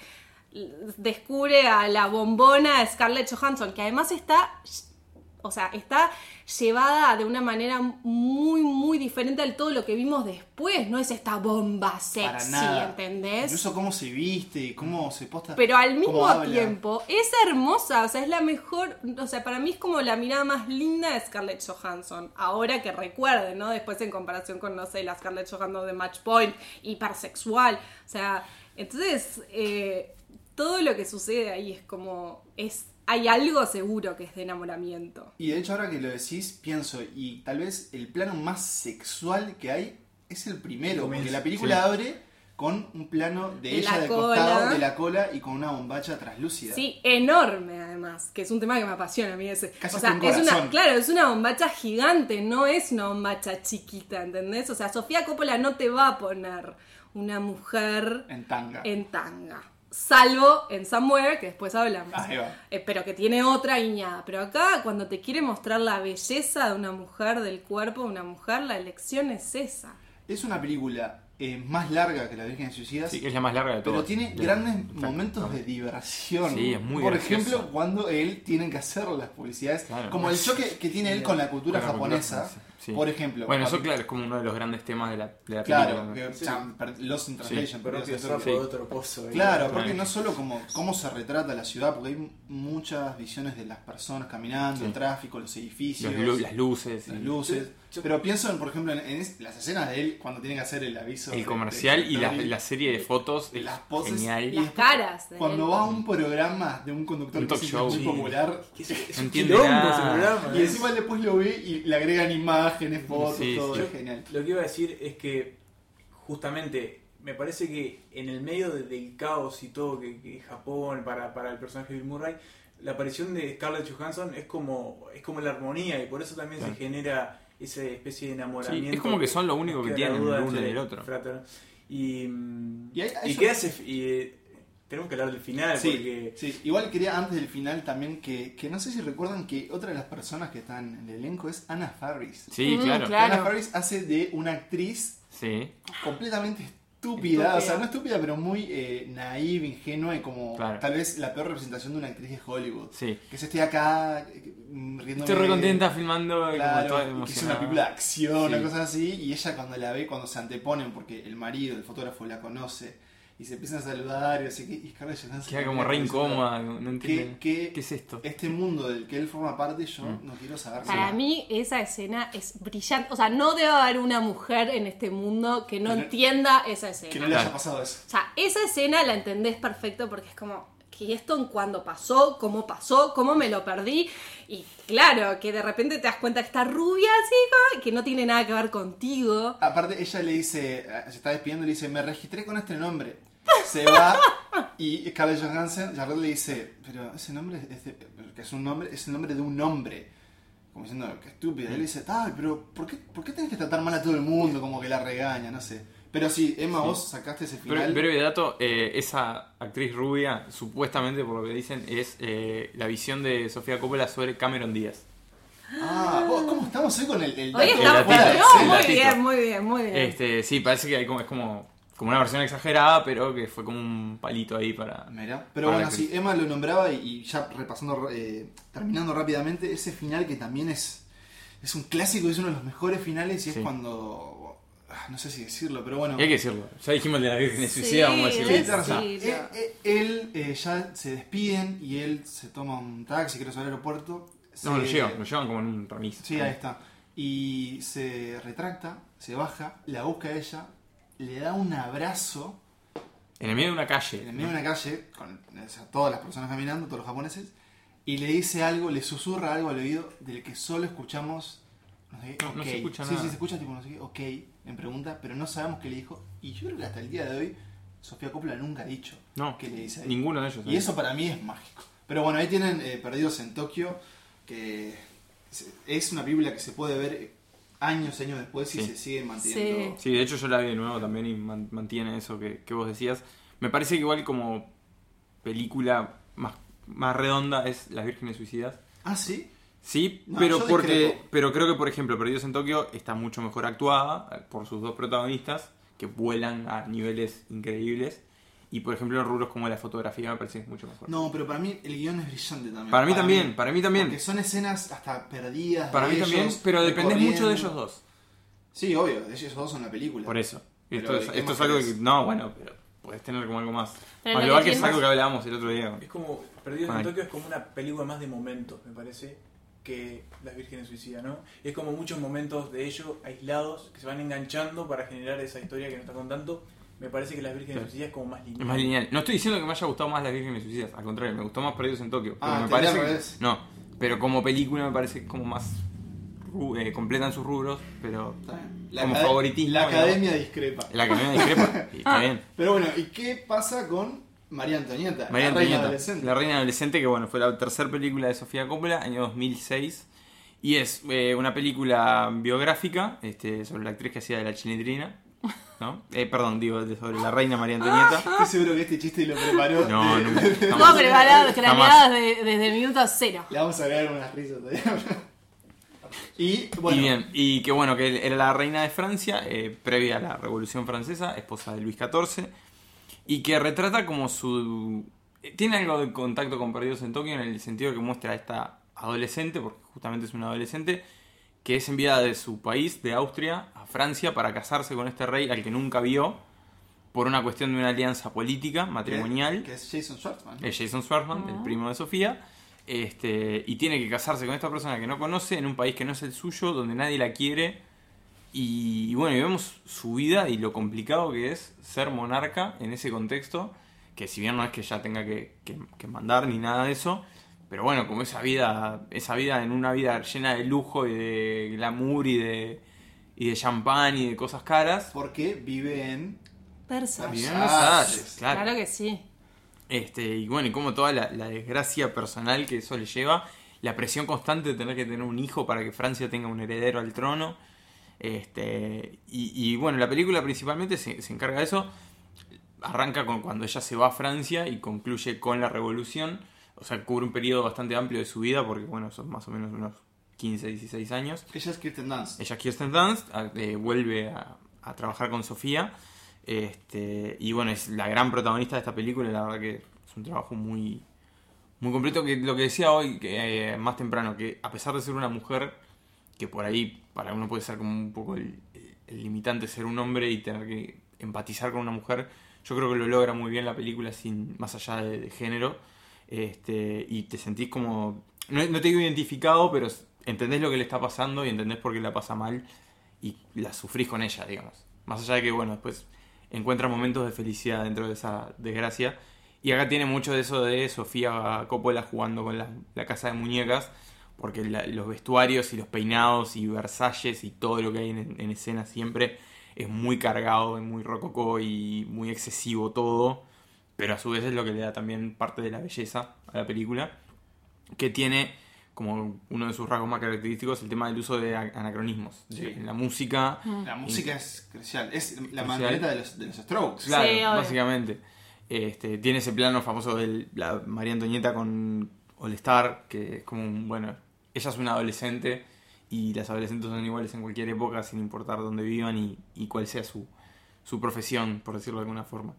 descubre a la bombona Scarlett Johansson, que además está... O sea, está llevada de una manera muy, muy diferente a todo lo que vimos después. No es esta bomba Para sexy, nada. ¿entendés? Incluso cómo se viste y cómo se posta. Pero al cómo mismo habla. tiempo es hermosa, o sea, es la mejor, o sea, para mí es como la mirada más linda de Scarlett Johansson, ahora que recuerde, ¿no? Después en comparación con, no sé, la Scarlett Johansson de Match Point, hipersexual, o sea, entonces, eh, todo lo que sucede ahí es como, es hay algo seguro que es de enamoramiento. Y de hecho ahora que lo decís, pienso, y tal vez el plano más sexual que hay es el primero, Comienza. porque la película Sí. abre con un plano de, De ella la de cola. costado, de la cola y con una bombacha translúcida. Sí, enorme además, que es un tema que me apasiona a mí ese. Casi o sea, hasta un es una, corazón. claro, es una bombacha gigante, no es una bombacha chiquita, ¿entendés? O sea, Sofía Coppola no te va a poner una mujer En tanga. en tanga. Salvo en Somewhere, que después hablamos. Ahí va. Eh, pero que tiene otra guiñada. Pero acá, cuando te quiere mostrar la belleza de una mujer, del cuerpo de una mujer, la elección es esa. Es una película eh, más larga que La Virgen de Suicidas, Sí, que es la más larga de todas. pero tiene De- grandes Exacto. momentos de diversión. Sí, es muy Por gracioso. ejemplo, cuando él tiene que hacer las publicidades, Claro. como el choque que tiene él con la cultura Con la cultura japonesa. japonesa, sí. Por ejemplo. Bueno, eso cuando- claro es como uno de los grandes temas de la, de la Claro, película. que, o sea, per- Lost in Translation. Pero podría que ser. sapo Sí. de otro pozo. ahí. Claro, Claro. porque no solo como cómo se retrata la ciudad, porque hay muchas visiones de las personas caminando, Sí. el tráfico, los edificios, Los lu- las luces. las y- luces. Yo- Pero pienso, en, por ejemplo, en, en es- las escenas de él cuando tiene que hacer el aviso. El de- comercial de- y la, de- la serie de fotos de es las poses. genial. Y Las después, caras de Cuando él. va a un programa de un conductor Un que talk es show. muy Sí. popular. Que es, es No un entiende quilombo nada. ese programa. Y encima él después lo ve y le agregan imágenes, fotos, Sí, todo. sí. Es genial. Lo que iba a decir es que justamente me parece que en el medio de- del caos y todo que, que Japón para, para el personaje de Bill Murray, la aparición de Scarlett Johansson es como es como la armonía y por eso también Claro. se genera esa especie de enamoramiento. Sí, es como que son lo único que queda la tienen duda el uno entre y el otro. frater- Y, mm, Y hay- hay y eso- qué hace y eh, tenemos que hablar del final Sí, porque sí, igual quería antes del final también que, que no sé si recuerdan que otra de las personas que están en el elenco es Anna Faris. Sí, Mm, claro. claro. Anna Faris hace de una actriz Sí, completamente estúpida, Estúpida. o sea, no estúpida, pero muy eh, naive, ingenua y como Claro. tal vez la peor representación de una actriz de Hollywood. sí. Que se esté acá eh, riéndome. Estoy re contenta filmando y como Claro, toda y que es una emocionada. película de acción, Sí. una cosa así, y ella cuando la ve, cuando se anteponen, porque el marido, el fotógrafo, la conoce, y se empiezan a saludar, y así que, y Scarlett Johansson Queda como re incómoda, no ¿Qué, entiende. qué, ¿Qué es esto? este mundo del que él forma parte, yo Mm. no quiero saber Para nada. mí esa escena es brillante. O sea, no debe haber una mujer en este mundo que no Que no- entienda esa escena. Que no le haya Claro. pasado eso. O sea, esa escena la entendés perfecto porque es como, ¿que esto en cuándo pasó? ¿Cómo pasó? ¿Cómo me lo perdí? Y claro, que de repente te das cuenta que está rubia así, ¿no? que no tiene nada que ver contigo. Aparte, ella le dice, se está despidiendo y le dice, me registré con este nombre. Se va y Scarlett Johansson, Jared le dice, pero ese nombre es de- que es un nombre, es el nombre de un hombre. Como diciendo, qué estúpida. Y él le dice, ay, pero ¿por qué, ¿por qué tenés que tratar mal a todo el mundo? Como que la regaña, no sé. Pero sí, Emma, Sí. vos sacaste ese Pero, final. breve dato, eh, esa actriz rubia, supuestamente por lo que dicen, es eh, la visión de Sofía Coppola sobre Cameron Díaz. Ah, vos, ¿cómo estamos hoy con el, el Hoy dato estamos... latito, fuera de el No, escena? muy latito. bien, muy bien, muy bien. Este, sí, parece que hay como, es como, como una versión exagerada, pero que fue como un palito ahí para... Mira. Pero para bueno, la sí, actriz. Emma lo nombraba y, y ya repasando, eh, terminando rápidamente, ese final que también es, es un clásico, es uno de los mejores finales y es Sí. cuando... ah, no sé si decirlo, pero bueno... Y hay que decirlo. Ya dijimos de la Virgen Sí, Suicida, vamos a decirlo. Sí, es- tenés razón. sí, Eh, no. eh, él eh, ya se despiden y él se toma un taxi, creo que al aeropuerto. No, lo se- llevan, lo llevan como en un remis. Sí, ahí está. Y se retracta, se baja, la busca a ella, le da un abrazo En el medio de una calle. en el medio de una calle, con o sea, todas las personas caminando, todos los japoneses, y le dice algo, le susurra algo al oído del que solo escuchamos. No sé qué, No, no ok. se escucha sí, nada. sí, se escucha tipo no sé qué, ok, en pregunta, pero no sabemos qué le dijo. Y yo creo que hasta el día de hoy, Sofía Coppola nunca ha dicho No, qué le dice a él. ninguno de ellos. Y eso para mí es mágico. Pero bueno, ahí tienen eh, Perdidos en Tokio, que es una película que se puede ver años, años después y Sí. se sigue manteniendo. Sí, de hecho yo la vi de nuevo también y man- mantiene eso que, que vos decías. Me parece que igual como película más, más redonda es Las Vírgenes Suicidas. Ah, sí. Sí, No, pero yo porque discrepo. pero creo que por ejemplo Perdidos en Tokio está mucho mejor actuada eh, por sus dos protagonistas que vuelan a niveles increíbles y por ejemplo en rubros como la fotografía me parece que es mucho mejor. No, pero para mí el guión es brillante también. para mí también, para mí también, Porque son escenas hasta perdidas. para de mí también, ellos, pero dependés mucho de recorriendo. ellos dos. Sí, obvio, ellos dos son la película. Por eso. Pero, Esto es, ¿qué esto más es algo querés? que no, bueno, pero podés tener como algo más. Pero Más lo global que que es tiene- algo que hablábamos el otro día. Es como Perdidos en Ay. Tokio es como una película más de momentos, me parece, que Las Vírgenes Suicidas, ¿no? Es como muchos momentos de ellos aislados que se van enganchando para generar esa historia que nos está contando. Me parece que Las Vírgenes Claro. Suicidas es como más lineal. Es más lineal. No estoy diciendo que me haya gustado más Las Vírgenes Suicidas, al contrario, me gustó más Perdidos en Tokio. Pero Ah, me entendí parece al que- revés. no, pero como película me parece como más ru- eh, completan sus rubros, pero Está bien. como acad- favoritismo, La digamos. academia discrepa. la que me discrepa y está bien. Pero bueno, ¿y qué pasa con María Antonieta? María la reina Antonieta, adolescente. La Reina Adolescente, que bueno, fue la tercera película de Sofía Coppola, año dos mil seis. Y es eh, una película biográfica este, sobre la actriz que hacía de la Chilindrina. ¿No? Eh, perdón, digo, de- sobre la Reina María Antonieta. Estoy seguro que este chiste lo preparó. No, de- nunca. Todo jamás. preparado, Jamás. craneadas de- desde el minuto cero. Le vamos a agregar unas risas todavía. Y bueno, Y bien, y que bueno, que era la reina de Francia, eh, previa a la Revolución Francesa, esposa de Luis catorce, y que retrata como su... Tiene algo de contacto con Perdidos en Tokio en el sentido que muestra a esta adolescente, porque justamente es una adolescente, que es enviada de su país, de Austria, a Francia para casarse con este rey al que nunca vio, por una cuestión de una alianza política, matrimonial. que es Jason Schwartzman. ¿no? Es Jason Schwartzman, el primo de Sofía, este, y tiene que casarse con esta persona que no conoce en un país que no es el suyo, donde nadie la quiere. Y, y bueno, y vemos su vida y lo complicado que es ser monarca en ese contexto, que si bien no es que ella tenga que, que- que mandar ni nada de eso, pero bueno, como esa vida, esa vida en una vida llena de lujo y de glamour y de, y de champán y de cosas caras. Porque vive en. Persas. Viviendo en Versalles. Versalles, claro. Claro que sí. Este, y bueno, y como toda la, la desgracia personal que eso le lleva, la presión constante de tener que tener un hijo para que Francia tenga un heredero al trono. Este, y, y bueno, la película principalmente se, se encarga de eso. Arranca con cuando ella se va a Francia y concluye con la revolución. O sea, cubre un periodo bastante amplio de su vida, porque bueno, son más o menos unos quince, dieciséis años. Ella es Kirsten Dunst. Ella, Kirsten Dunst, a- eh, vuelve a, a trabajar con Sofía. Este, y bueno, es la gran protagonista de esta película. La verdad que es un trabajo muy, muy completo. Que lo que decía hoy, que, eh, más temprano, que a pesar de ser una mujer, que por ahí para uno puede ser como un poco el, el limitante ser un hombre y tener que empatizar con una mujer, yo creo que lo logra muy bien la película sin más allá de, de género. Este, y te sentís como... No, no te digo identificado, pero entendés lo que le está pasando y entendés por qué la pasa mal y la sufrís con ella, digamos. Más allá de que, bueno, después encuentra momentos de felicidad dentro de esa desgracia. Y acá tiene mucho de eso de Sofía Coppola jugando con la, la casa de muñecas, porque la- los vestuarios y los peinados y Versalles y todo lo que hay en, en escena siempre es muy cargado, es muy rococó y muy excesivo todo, pero a su vez es lo que le da también parte de la belleza a la película, que tiene como uno de sus rasgos más característicos el tema del uso de a- anacronismos, de- Sí. en la música. La música es crucial. Es la Crucial. manoleta de los, de los Strokes. Claro, Sí, obvio. básicamente. Este, tiene ese plano famoso de la María Antonieta con All Star, que es como un, bueno, ella es una adolescente y las adolescentes son iguales en cualquier época, sin importar dónde vivan y, y cuál sea su, su profesión, por decirlo de alguna forma.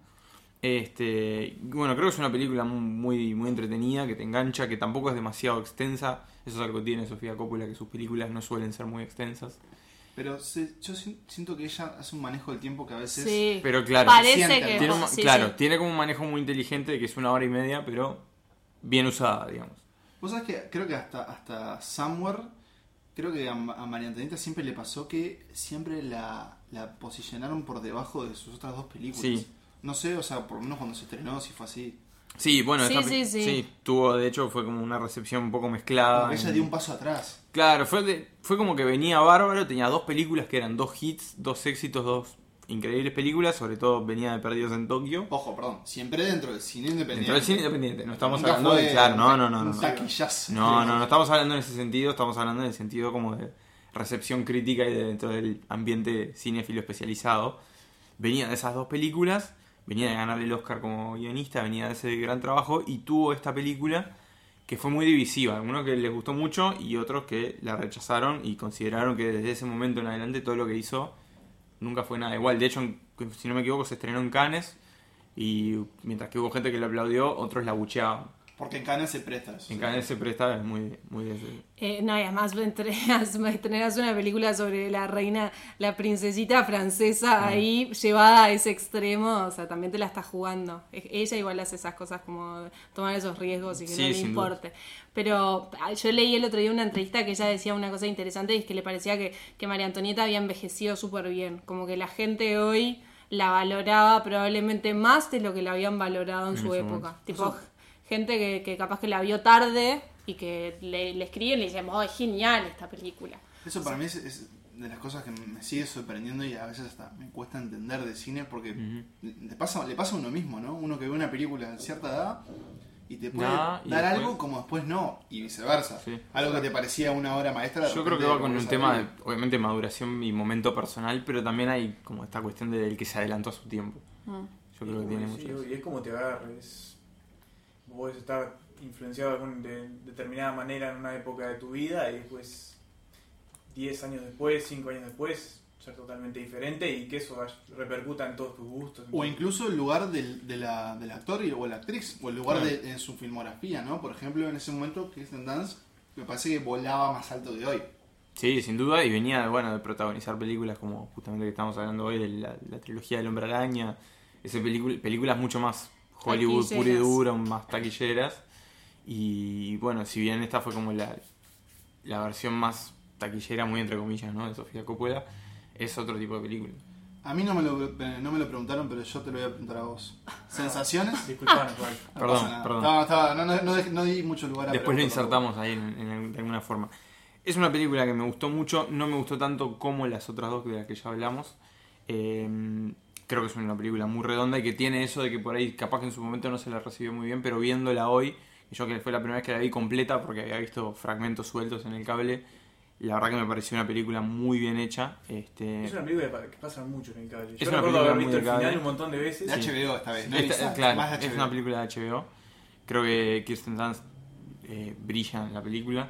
Este, bueno, creo que es una película muy, muy entretenida, que te engancha, que tampoco es demasiado extensa. Eso es algo que tiene Sofía Coppola, que sus películas no suelen ser muy extensas. Pero se, yo siento que ella hace un manejo del tiempo que a veces... Sí. Pero claro, parece siente, que... tiene un, sí, claro, sí. tiene como un manejo muy inteligente, que es una hora y media, pero bien usada, digamos. Vos sabés que creo que hasta, hasta Somewhere, creo que a, a María Antonieta siempre le pasó que siempre la, la posicionaron por debajo de sus otras dos películas. Sí. No sé, o sea, por lo menos cuando se estrenó, si fue así. Sí, bueno, Sí, esta sí, pe- sí. tuvo, de hecho, fue como una recepción un poco mezclada. Porque ella en- dio un paso atrás. Claro, fue, de- fue como que venía bárbaro, tenía dos películas que eran dos hits, dos éxitos, dos increíbles películas, sobre todo venía de Perdidos en Tokio. Ojo, perdón, siempre dentro del cine independiente. Dentro del cine independiente, no estamos Nunca hablando fue de... Claro, no, no, no. un No, no. taquillazo. No, no, no estamos hablando en ese sentido, estamos hablando en el sentido como de recepción crítica y de dentro del ambiente cinéfilo especializado. Venía de esas dos películas, venía de ganar el Oscar como guionista, venía de ese gran trabajo y tuvo esta película que fue muy divisiva. Algunos que les gustó mucho y otros que la rechazaron y consideraron que desde ese momento en adelante todo lo que hizo nunca fue nada igual. De hecho, en- si no me equivoco, se estrenó en Cannes y mientras que hubo gente que lo aplaudió, otros la bucheaban. Porque en Cannes se presta eso. En Cannes se presta, es muy... muy de ese- Eh, no, y además estrenas, estrenas una película sobre la reina, la princesita francesa ahí llevada a ese extremo, o sea, también te la está jugando. E- Ella igual hace esas cosas como tomar esos riesgos y que Sí, no le sin duda. importe. Pero ah, yo leí el otro día una entrevista que ella decía una cosa interesante y es que le parecía que, que María Antonieta había envejecido súper bien, como que la gente hoy la valoraba probablemente más de lo que la habían valorado en En su ese época. momento. Tipo, gente que, que capaz que la vio tarde y que le, le escriben y le dicen, oh, es genial esta película. Eso para mí es, es de las cosas que me sigue sorprendiendo y a veces hasta me cuesta entender de cine porque Ujú. le, pasa, le pasa a uno mismo, ¿no? Uno que ve una película a cierta edad y te puede Da, y dar después- algo como después no, y viceversa. Sí. Algo que te parecía una obra maestra. de Yo creo repente que va con volvés un a tema de, verla. obviamente, maduración y momento personal, pero también hay como esta cuestión del que se adelantó a su tiempo. Mm. Yo creo que tiene Sí, mucho. y es como te agarres. Vos podés estar influenciado de, algún- de determinada manera en una época de tu vida y después, diez años después, cinco años después, ser totalmente diferente y que eso vaya- repercuta en todos tus gustos. O incluso el lugar del, de la, del actor y, o la actriz, o el lugar Claro. de, en su filmografía, ¿no? Por ejemplo, en ese momento, Kirsten Dunst me parece que volaba más alto de hoy. Sí, sin duda, y venía, bueno, de protagonizar películas como justamente que estamos hablando hoy, de la, la trilogía del Hombre Araña, ese película, películas mucho más Hollywood pura y Taquilleras. dura, más taquilleras. Y bueno, si bien esta fue como la, la versión más taquillera, muy entre comillas, ¿no? De Sofía Coppola, es otro tipo de película. A mí no me lo, no me lo preguntaron, pero yo te lo voy a preguntar a vos. ¿Sensaciones? Disculpanos, igual. No Perdón, pasa nada. perdón. Estaba- estaba- no, no, no dej- no di mucho lugar a Después lo preguntas insertamos ahí en, en- de alguna forma. Es una película que me gustó mucho, no me gustó tanto como las otras dos de las que ya hablamos. Eh, creo que es una película muy redonda y que tiene eso de que por ahí capaz que en su momento no se la recibió muy bien, pero viéndola hoy, y yo que fue la primera vez que la vi completa porque había visto fragmentos sueltos en el cable, la verdad que me pareció una película muy bien hecha. Este, Es una película que pa- que pasa mucho en el cable. Es Yo una recuerdo película haber muy visto el de cable. final un montón de veces. De H B O esta vez, ¿no? Esta- Lisa? claro, Más de es H B O. una película de H B O. Creo que Kirsten Dunst eh, brilla en la película.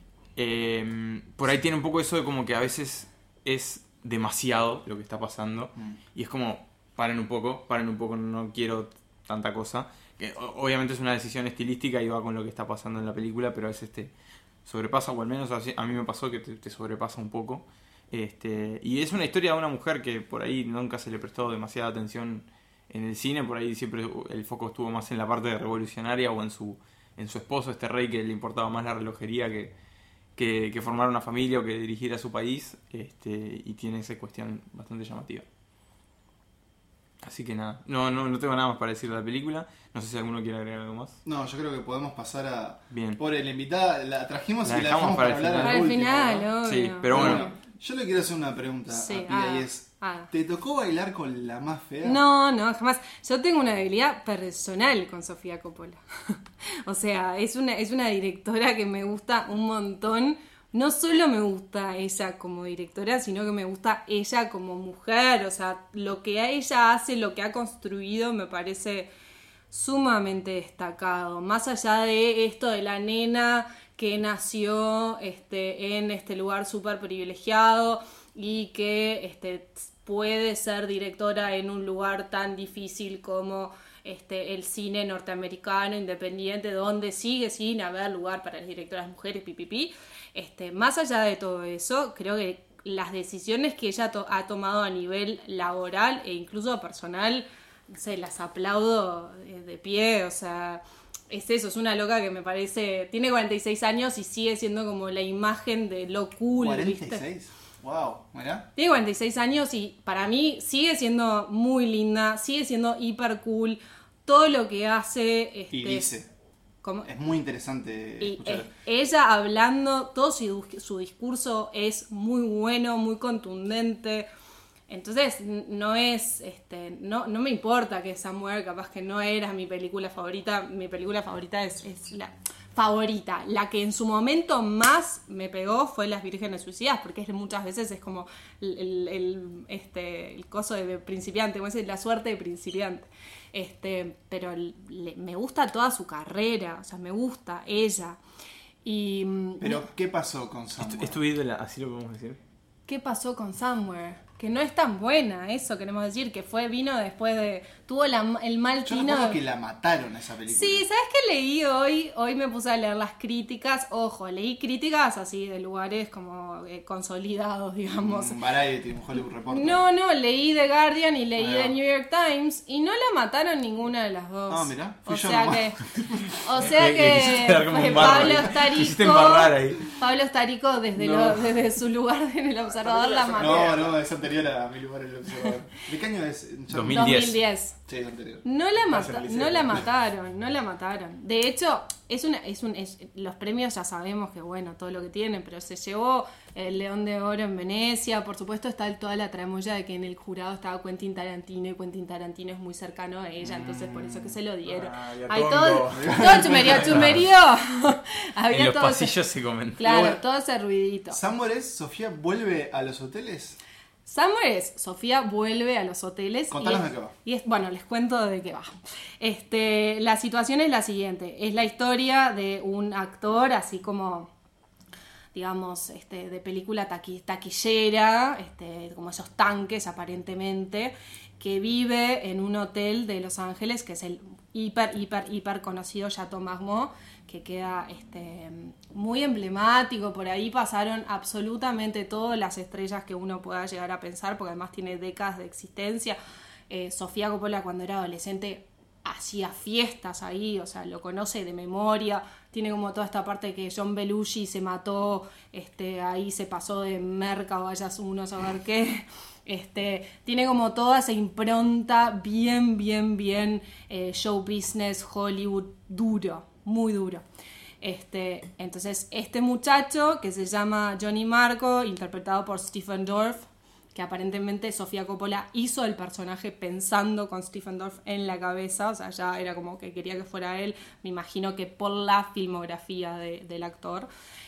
Eh, por ahí tiene un poco eso de como que a veces es demasiado lo que está pasando. Mm. Y es como, paren un poco, paren un poco, no quiero tanta cosa. Que o- obviamente es una decisión estilística y va con lo que está pasando en la película, pero a veces te sobrepasa, o al menos así- a mí me pasó que te, te sobrepasa un poco. Este, y es una historia de una mujer que por ahí nunca se le prestó demasiada atención en el cine, por ahí siempre el foco estuvo más en la parte revolucionaria o en su, en su esposo, este rey que le importaba más la relojería que, que, que formar una familia o que dirigir a su país, este, y tiene esa cuestión bastante llamativa. Así que nada, no, no, no tengo nada más para decir de la película, no sé si alguno quiere agregar algo más. No, yo creo que podemos pasar a... Bien. Por la invitada, la trajimos La y la dejamos dejamos para para, el hablar final. al Para el último, final, ¿no? obvio. Sí, pero bueno. Bueno, yo le quiero hacer una pregunta Sí, a Pia ah, y es... ah. ¿Te tocó bailar con la más fea? No, no, jamás. Yo tengo una debilidad personal con Sofía Coppola. O sea, es una, es una directora que me gusta un montón. No solo me gusta ella como directora, sino que me gusta ella como mujer. O sea, lo que ella hace, lo que ha construido, me parece sumamente destacado. Más allá de esto de la nena que nació este, en este lugar súper privilegiado y que este, puede ser directora en un lugar tan difícil como este, el cine norteamericano independiente, donde sigue sin haber lugar para las directoras mujeres, pipipi. Este, más allá de todo eso, creo que las decisiones que ella to- ha tomado a nivel laboral e incluso personal, se las aplaudo de, de pie, o sea, es eso, es una loca que me parece, tiene cuarenta y seis años y sigue siendo como la imagen de lo cool, ¿cuarenta y ¿viste? seis? Wow, mirá. Tiene cuarenta y seis años y para mí sigue siendo muy linda, sigue siendo hiper cool, todo lo que hace... Este, Y dice. ¿cómo? Es muy interesante Y escuchar. es- ella hablando, todo su, su discurso es muy bueno, muy contundente. Entonces, n- no es, este, no, no me importa que Somewhere, capaz que no era mi película favorita. Mi película favorita es, es la favorita. La que en su momento más me pegó fue Las Vírgenes Suicidas, porque es, muchas veces es como el, el, el, este, el coso de principiante, como es la suerte de principiante. Este, pero le- me gusta toda su carrera, o sea, me gusta ella. Y mm, Pero, ¿qué pasó con Samuel? Es tu ídola, así lo podemos decir. ¿qué pasó con Somewhere? Que no es tan buena, eso queremos decir, que fue, vino después de, tuvo la- el mal Yo tino. recuerdo de- que la mataron a esa película. Sí, ¿sabes qué leí hoy? Hoy me puse a leer las críticas, ojo, leí críticas así de lugares como eh, consolidados, digamos. Un Variety, un Hollywood Reporter. No, no, leí The Guardian y leí Ahí va. The New York Times y no la mataron ninguna de las dos. Ah, mirá, fui o yo sea nomás. que, o sea Le- le que quisiste dar como un fue barro Pablo ahí. Starico, Quisiste embarrar ahí. Pablo Starico desde, No. lo- desde su lugar en el observador la mató. No, no, es anterior a mi lugar en el observador. ¿De qué año es? Ya- dos mil dos diez. mil diez. Sí, es anterior. No la, mata- Pasa en el liceo. no la mataron, no la mataron. De hecho, es una, es un, es- los premios ya sabemos que bueno, todo lo que tienen, pero se llevó el León de Oro en Venecia. Por supuesto está toda la tramoya de que en el jurado estaba Quentin Tarantino y Quentin Tarantino es muy cercano a ella, entonces por eso que se lo dieron. Ah, ya Hay tongo. todo, todo chumerío, chumerío. Había En los todo ese- pasillos se comentan. claro, Pero bueno, todo ese ruidito. ¿Samuel es? ¿Sofía vuelve a los hoteles? Summer es, Sofía vuelve a los hoteles. Contanos y es, de qué va. Y es, bueno, les cuento de qué va. Este, la situación es la siguiente. Es la historia de un actor, así como, digamos, este, de película taqui- taquillera, este, como esos tanques aparentemente, que vive en un hotel de Los Ángeles, que es el hiper, hiper, hiper conocido Chateau Marmont, que queda este, muy emblemático. Por ahí pasaron absolutamente todas las estrellas que uno pueda llegar a pensar, porque además tiene décadas de existencia. Eh, Sofía Coppola, cuando era adolescente, hacía fiestas ahí, o sea, lo conoce de memoria. Tiene como toda esta parte que John Belushi se mató, este, ahí se pasó de merca o vayas uno a saber qué. Este, tiene como toda esa impronta bien, bien, bien eh, show business, Hollywood, duro, muy duro. Este, entonces, este muchacho que se llama Johnny Marco, interpretado por Stephen Dorff, que aparentemente Sofía Coppola hizo el personaje pensando con Stephen Dorff en la cabeza, o sea, ya era como que quería que fuera él, me imagino que por la filmografía de- del actor.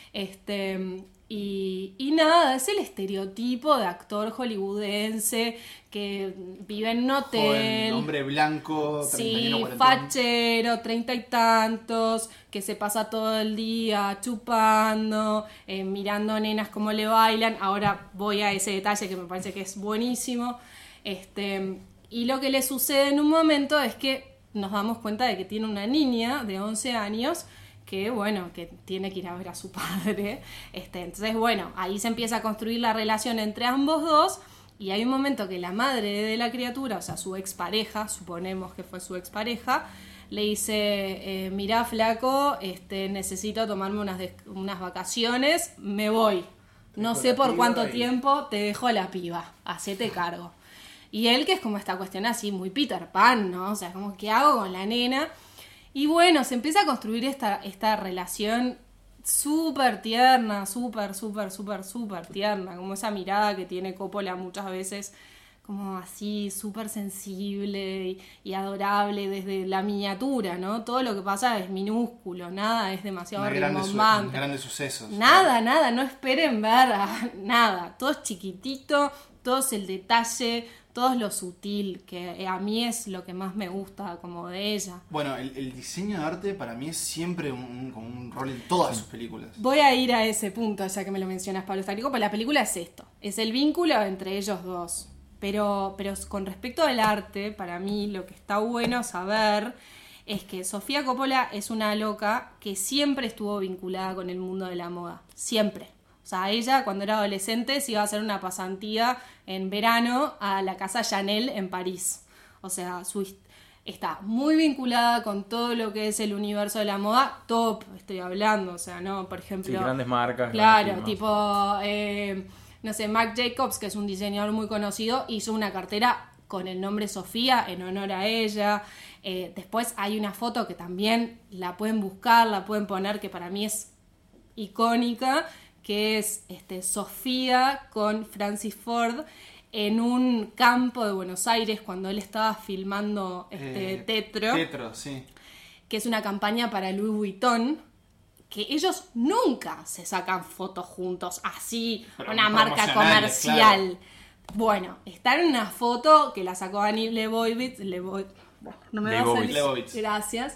Este, y, y nada, es el estereotipo de actor hollywoodense que vive en un hotel. Joven, hombre blanco, treinta y uno, Sí, cuarenta. fachero, treinta y tantos, que se pasa todo el día chupando, eh, mirando nenas como le bailan. Ahora voy a ese detalle que me parece que es buenísimo. Este, y lo que le sucede en un momento es que nos damos cuenta de que tiene una niña de once años que, bueno, que tiene que ir a ver a su padre. Este, entonces, bueno, ahí se empieza a construir la relación entre ambos dos. Y hay un momento que la madre de la criatura, o sea, su expareja, suponemos que fue su expareja, le dice, eh, mirá flaco, este, necesito tomarme unas, des- unas vacaciones, me voy. No Dejo sé la por piba cuánto y- tiempo te dejo a la piba, hacete cargo. Y él, que es como esta cuestión así, muy Peter Pan, ¿no? O sea, como, ¿qué hago con la nena? Y bueno, se empieza a construir esta, esta relación súper tierna, súper, súper, súper, súper tierna, como esa mirada que tiene Coppola muchas veces, como así, súper sensible y, y adorable desde la miniatura, ¿no? Todo lo que pasa es minúsculo, nada es demasiado Una grande su- rimbombante. grandes sucesos. Nada, nada, no esperen ver a- nada, todo es chiquitito, todo es el detalle, todo es lo sutil, que a mí es lo que más me gusta como de ella. Bueno, el, el diseño de arte para mí es siempre un, un- como un rol en todas sus películas. Voy a ir a ese punto, ya que me lo mencionas, Pablo Starico, pero la película es esto, es el vínculo entre ellos dos. Pero, pero con respecto al arte, para mí lo que está bueno saber es que Sofía Coppola es una loca que siempre estuvo vinculada con el mundo de la moda. Siempre. O sea, ella cuando era adolescente se iba a hacer una pasantía en verano a la casa Chanel en París. O sea, su, está muy vinculada con todo lo que es el universo de la moda top, estoy hablando. O sea, ¿no? Por ejemplo... Sí, grandes marcas. Claro, grandes tipo... Eh, no sé, Marc Jacobs, que es un diseñador muy conocido, hizo una cartera con el nombre Sofía en honor a ella. Eh, después hay una foto que también la pueden buscar, la pueden poner, que para mí es icónica, que es este, Sofía con Francis Ford en un campo de Buenos Aires cuando él estaba filmando este, Eh, Tetro, Tetro, sí. que es una campaña para Louis Vuitton, que ellos nunca se sacan fotos juntos, así, Pero una marca promocionales, comercial. claro. Bueno, está en una foto que la sacó Annie Leibovitz, Leibovitz, no me va a Leibovitz. salir. Leibovitz. Gracias.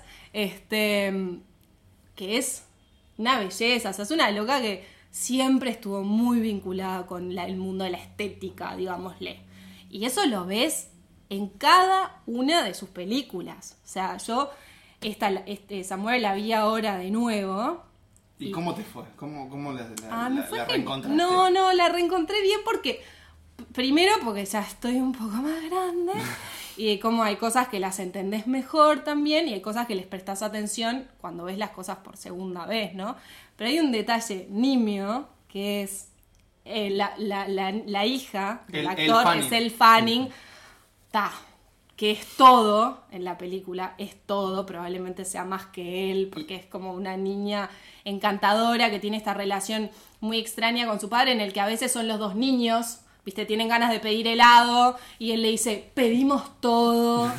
Este, que es una belleza, o sea, es una loca que siempre estuvo muy vinculada con la- el mundo de la estética, digámosle. Y eso lo ves en cada una de sus películas. O sea, yo esta, este, Samuel la vi ahora de nuevo. ¿Y cómo te fue? ¿Cómo, cómo la, la, Ah, me la- fue la gen- reencontraste? No, no, la reencontré bien porque... Primero porque ya estoy un poco más grande y como hay cosas que las entendés mejor también y hay cosas que les prestás atención cuando ves las cosas por segunda vez, ¿no? Pero hay un detalle nimio que es eh, la, la, la, la hija del El- el actor, Fanning. es el Fanning, ta, que es todo en la película, es todo, probablemente sea más que él, porque es como una niña encantadora que tiene esta relación muy extraña con su padre, en el que a veces son los dos niños, viste, tienen ganas de pedir helado, y él le dice, pedimos todo,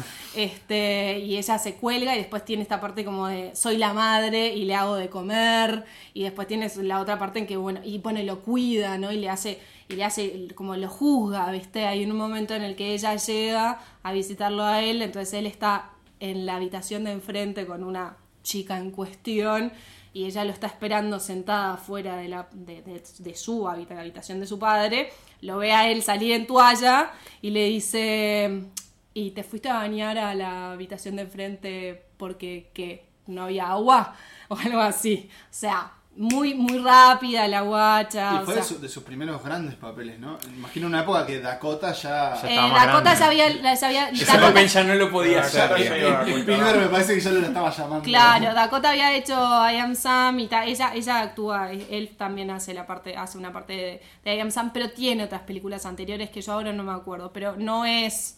este, y ella se cuelga, y después tiene esta parte como de, soy la madre, y le hago de comer, y después tienes la otra parte en que, bueno, y pone, lo cuida, ¿no? Y le hace... y le hace, como lo juzga, ¿viste? Hay un momento en el que ella llega a visitarlo a él, entonces él está en la habitación de enfrente con una chica en cuestión y ella lo está esperando sentada afuera de, la, de, de, de su habita- la habitación de su padre, lo ve a él salir en toalla y le dice, ¿y te fuiste a bañar a la habitación de enfrente porque ¿qué? ¿No había agua? O algo así. O sea... Muy, muy rápida la guacha. Y fue o sea, de, su- de sus primeros grandes papeles, ¿no? Imagino una época que Dakota ya... Ya eh, estaba más Dakota grande. ya había, la- ya había Ese Dakota- papel ya no lo podía Ah, hacer. ya, el, ya el- iba a el contar. primero me parece que ya lo estaba llamando. Claro, Dakota había hecho I Am Sam y ta- ella, ella actúa, él también hace la parte, hace una parte de, de I Am Sam, pero tiene otras películas anteriores que yo ahora no me acuerdo, pero no es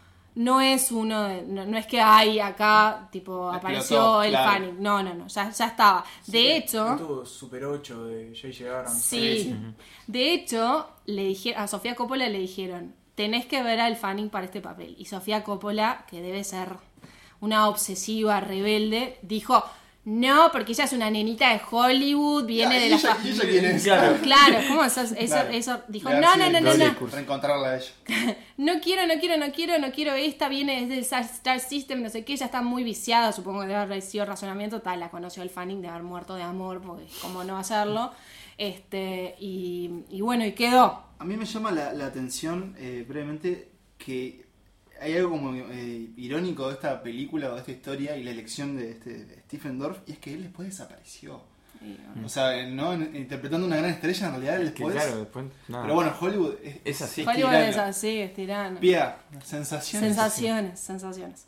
no es uno de- no, no es que hay acá tipo apareció Explotó, el claro. Fanning, no, no, no, ya, ya estaba. De hecho, Tuvo Super ocho de J J Abrams. sí, de hecho, le dije, a Sofía Coppola le dijeron, tenés que ver al Fanning para este papel. Y Sofía Coppola, que debe ser una obsesiva, rebelde, dijo, no, porque ella es una nenita de Hollywood, viene Ah, de ¿y la ella- fa- y ella quién es? Claro. Claro, ¿cómo eso? Eso, Claro. eso dijo, Le no, hace no, no, no, doble no. curso. Reencontrarla a ella. No quiero, no quiero, no quiero, no quiero esta, viene desde el Star Star System, no sé qué, ella está muy viciada, supongo que debe haber sido razonamiento, tal, la conoció el Fanning de haber muerto de amor, porque cómo no hacerlo, este, y, y bueno, y quedó. A mí me llama la, la atención eh, brevemente que hay algo como eh, irónico de esta película o de esta historia y la elección de, este, de Stephen Dorff, y es que él después desapareció. O sea, ¿no? En- interpretando una gran estrella, en realidad él Que después... claro, después. Nada. Pero bueno, Hollywood es, Es así. Hollywood tirano. es así, es tirano. Pia, sensaciones. Sensaciones, sensaciones.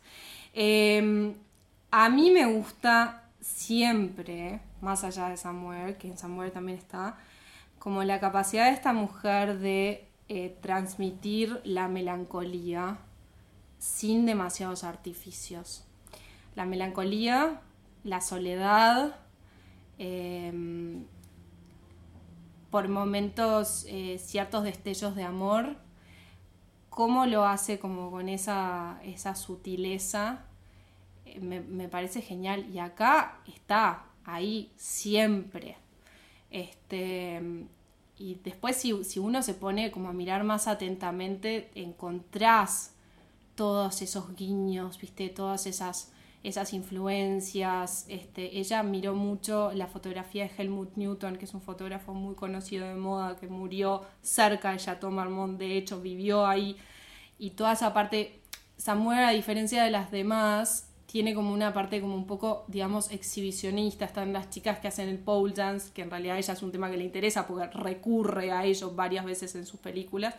Eh, a mí me gusta siempre, más allá de Samuel, que en Samuel también está, como la capacidad de esta mujer de eh, transmitir la melancolía sin demasiados artificios. La melancolía, la soledad, eh, por momentos eh, ciertos destellos de amor, cómo lo hace como con esa, esa sutileza, eh, me, me parece genial. Y acá está, ahí siempre. Este, y después si, si uno se pone como a mirar más atentamente, encontrás todos esos guiños, ¿viste? Todas esas, esas influencias. Este, ella miró mucho la fotografía de Helmut Newton, que es un fotógrafo muy conocido de moda, que murió cerca de Chateau Marmont, de hecho vivió ahí. y toda esa parte, Samuel, a diferencia de las demás, tiene como una parte como un poco, digamos, exhibicionista. Están las chicas que hacen el pole dance, que en realidad a ella es un tema que le interesa porque recurre a ello varias veces en sus películas.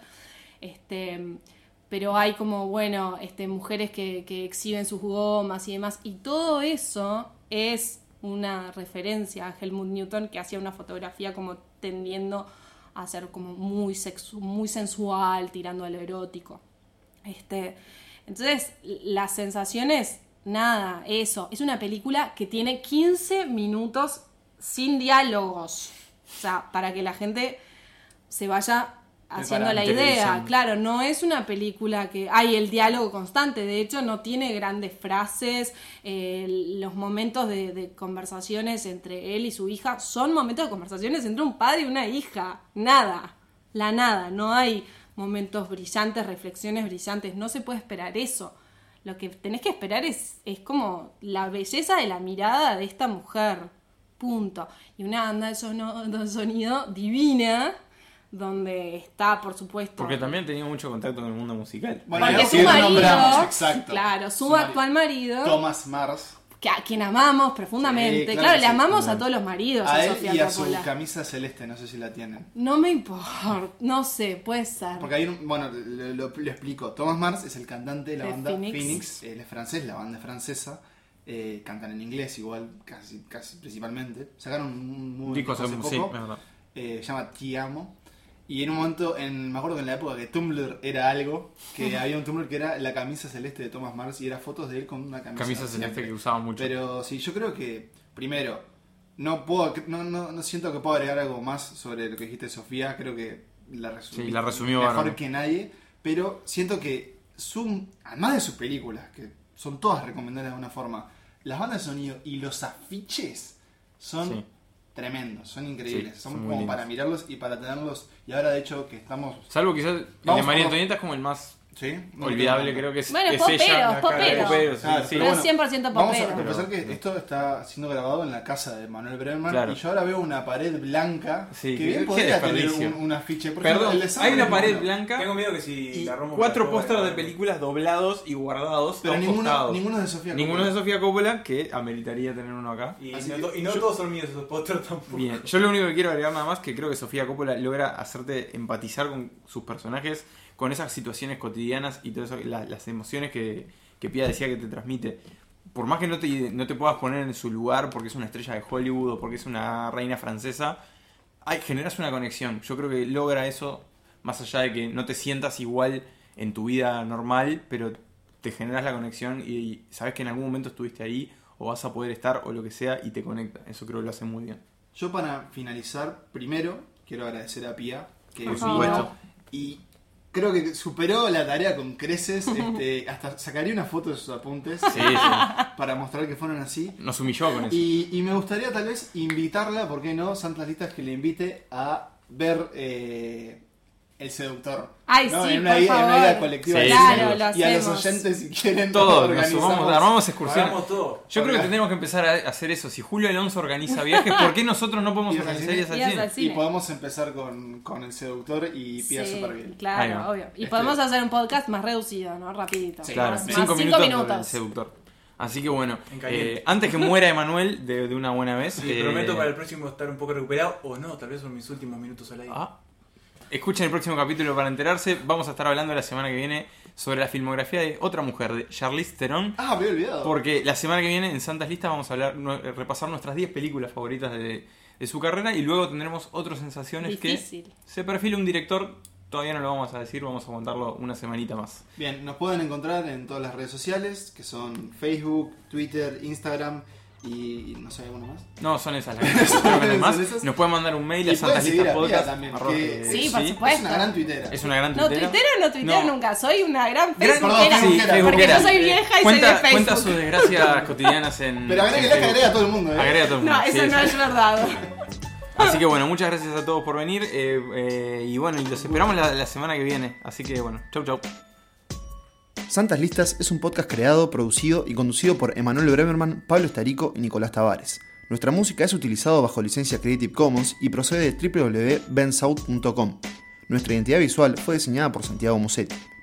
Este, pero hay como, bueno, este, mujeres que, que exhiben sus gomas y demás. Y todo eso es una referencia a Helmut Newton, que hacía una fotografía como tendiendo a ser como muy, sexu- muy sensual, tirando a lo erótico. Este, entonces, las sensaciones... Nada, eso. Es una película que tiene quince minutos sin diálogos. O sea, para que la gente se vaya haciendo la idea. Claro, no es una película que hay el diálogo constante. De hecho, no tiene grandes frases. Eh, los momentos de, de conversaciones entre él y su hija son momentos de conversaciones entre un padre y una hija. Nada. La nada. No hay momentos brillantes, reflexiones brillantes. No se puede esperar eso. Lo que tenés que esperar es, es como la belleza de la mirada de esta mujer. Punto. Y una banda de sonido, de sonido divina, donde está, por supuesto... Porque también tenía mucho contacto con el mundo musical. Bueno, Porque ya su que lo marido, nombramos, exacto. claro, su, Su actual marido, Thomas Mars. que a quien amamos profundamente. Sí, claro claro, que le sí. amamos a todos los maridos, A a él Sofía y a su Coppola. camisa celeste, no sé si la tienen. No me importa, no sé, puede ser. Porque hay un, bueno, lo, lo- lo explico. Thomas Mars es el cantante de la De banda Phoenix. Phoenix. Él es francés, la banda es francesa. Eh, cantan en inglés igual, casi, casi principalmente. Sacaron un muy Discos hace sí, poco. es verdad. eh, se llama Ti Amo. Y en un momento, en, me acuerdo que en la época que Tumblr era algo, que había un Tumblr que era la camisa celeste de Thomas Mars y era fotos de él con una camisa, Camisa celeste siempre. que usaba mucho. Pero sí, yo creo que, primero, no puedo, no, no, no siento que puedo agregar algo más sobre lo que dijiste, Sofía. Creo que la, resumí Sí, la resumió mejor bárbaro. que nadie. Pero siento que, su, además de sus películas, que son todas recomendables de alguna forma, las bandas de sonido y los afiches son Sí. tremendos, son increíbles. Sí, son son muy como lindos. para mirarlos y para tenerlos. Y ahora, de hecho, que estamos. Salvo quizás el Vamos de María a- Antonieta es como el más ¿Sí? No olvidable, tengo- creo que es, Bueno, es popero, ella. la cara de popero. Popero, sí, Claro, sí. pero Pero bueno, cien por ciento Vamos a popero. confesar Pero- que esto está siendo grabado en la casa de Manuel Bremerman. Claro. Y yo ahora veo una pared blanca Sí, que qué- bien qué podría tener desperdicio. un, un afiche. Por ejemplo, Perdón, el de Sam hay una es pared bueno, blanca Tengo miedo que si y la rompo cuatro por pósteres de afuera, películas doblados y guardados Pero a un ninguno, costado. ninguno de Sofía Ninguno Coppola. de Sofía Coppola, que ameritaría tener uno acá. Y Así no, que to- y no yo- todos son míos esos pósters tampoco. Bien, yo lo único que quiero agregar nada más que creo que Sofía Coppola logra hacerte empatizar con sus personajes, con esas situaciones cotidianas y todo eso, la- las emociones que, que Pia decía que te transmite. Por más que no te, no te puedas poner en su lugar porque es una estrella de Hollywood o porque es una reina francesa, hay, generas una conexión. Yo creo que logra eso, más allá de que no te sientas igual en tu vida normal, pero te generas la conexión y, y sabes que en algún momento estuviste ahí o vas a poder estar o lo que sea y te conecta. Eso creo que lo hace muy bien. Yo, para finalizar, primero quiero agradecer a Pia, que Por vino supuesto. y creo que superó la tarea con creces. este, hasta sacaría una foto de sus apuntes Sí, sí. para mostrar que fueron así. Nos humilló con eso. Y, y me gustaría tal vez invitarla, ¿por qué no? Santas Listas, que le invite a ver eh, El Seductor. Ay, ¿no? sí, en una, por ida- en una favor. ida colectiva. Sí, de claro, cine. lo Y a los hacemos. oyentes, si quieren, Todos, nos organizamos. sumamos, armamos excursiones. Hagamos todo. Yo creo que tendríamos que empezar a hacer eso. Si Julio Alonso organiza viajes, ¿por qué nosotros no podemos ¿Ibas al organizar cine? esas Ibas cine? al cine. Y podemos empezar con, con El Seductor y Pia Sí, súper bien. Ahí claro, va. obvio. Y Este- podemos hacer un podcast más reducido, ¿no? Rapidito. Sí, Claro, Más- más cinco, cinco minutos, minutos. del seductor. Así que bueno, En caliente. eh, antes que muera Emanuel de, de una buena vez. Sí, eh, prometo para el próximo estar un poco recuperado o no, tal vez son mis últimos minutos al aire. ah, escuchen el próximo capítulo para enterarse. Vamos a estar hablando la semana que viene sobre la filmografía de otra mujer, de Charlize Theron. Ah, me había olvidado. Porque la semana que viene en Santas Listas vamos a hablar, no- repasar nuestras diez películas favoritas de, de su carrera y luego tendremos otras sensaciones Difícil. que se perfila un director. Todavía no lo vamos a decir, vamos a aguantarlo una semanita más. Bien, nos pueden encontrar en todas las redes sociales, que son Facebook, Twitter, Instagram y, y no sé, alguna más. No, son esas las que creo que no hay más. Son esas. Nos pueden mandar un mail Y a pueden seguir a Pia santaslistaspodcast. también, arroba- que- Sí, eh, por supuesto. Es una gran tuitera. Es una gran No, tuitera. tuitero no tuitero No. nunca. Soy una gran Gran- Perdón, facebookera. sí, porque facebookera. yo soy vieja y cuenta, soy de Facebook. cuenta sus desgracias cotidianas en. Pero en agrega, que Facebook. agrega a todo el mundo, ¿eh? Agrega a todo el mundo. No, eso sí, no sí. es verdad. Así que bueno, muchas gracias a todos por venir. eh, eh, y bueno, y los esperamos la, la semana que viene. Así que bueno, chau chau. Santas Listas es un podcast creado, producido y conducido por Emanuel Bremerman, Pablo Estarico y Nicolás Tavares. Nuestra música es utilizada bajo licencia Creative Commons y procede de w w w punto bensouth punto com. Nuestra identidad visual fue diseñada por Santiago Musetti.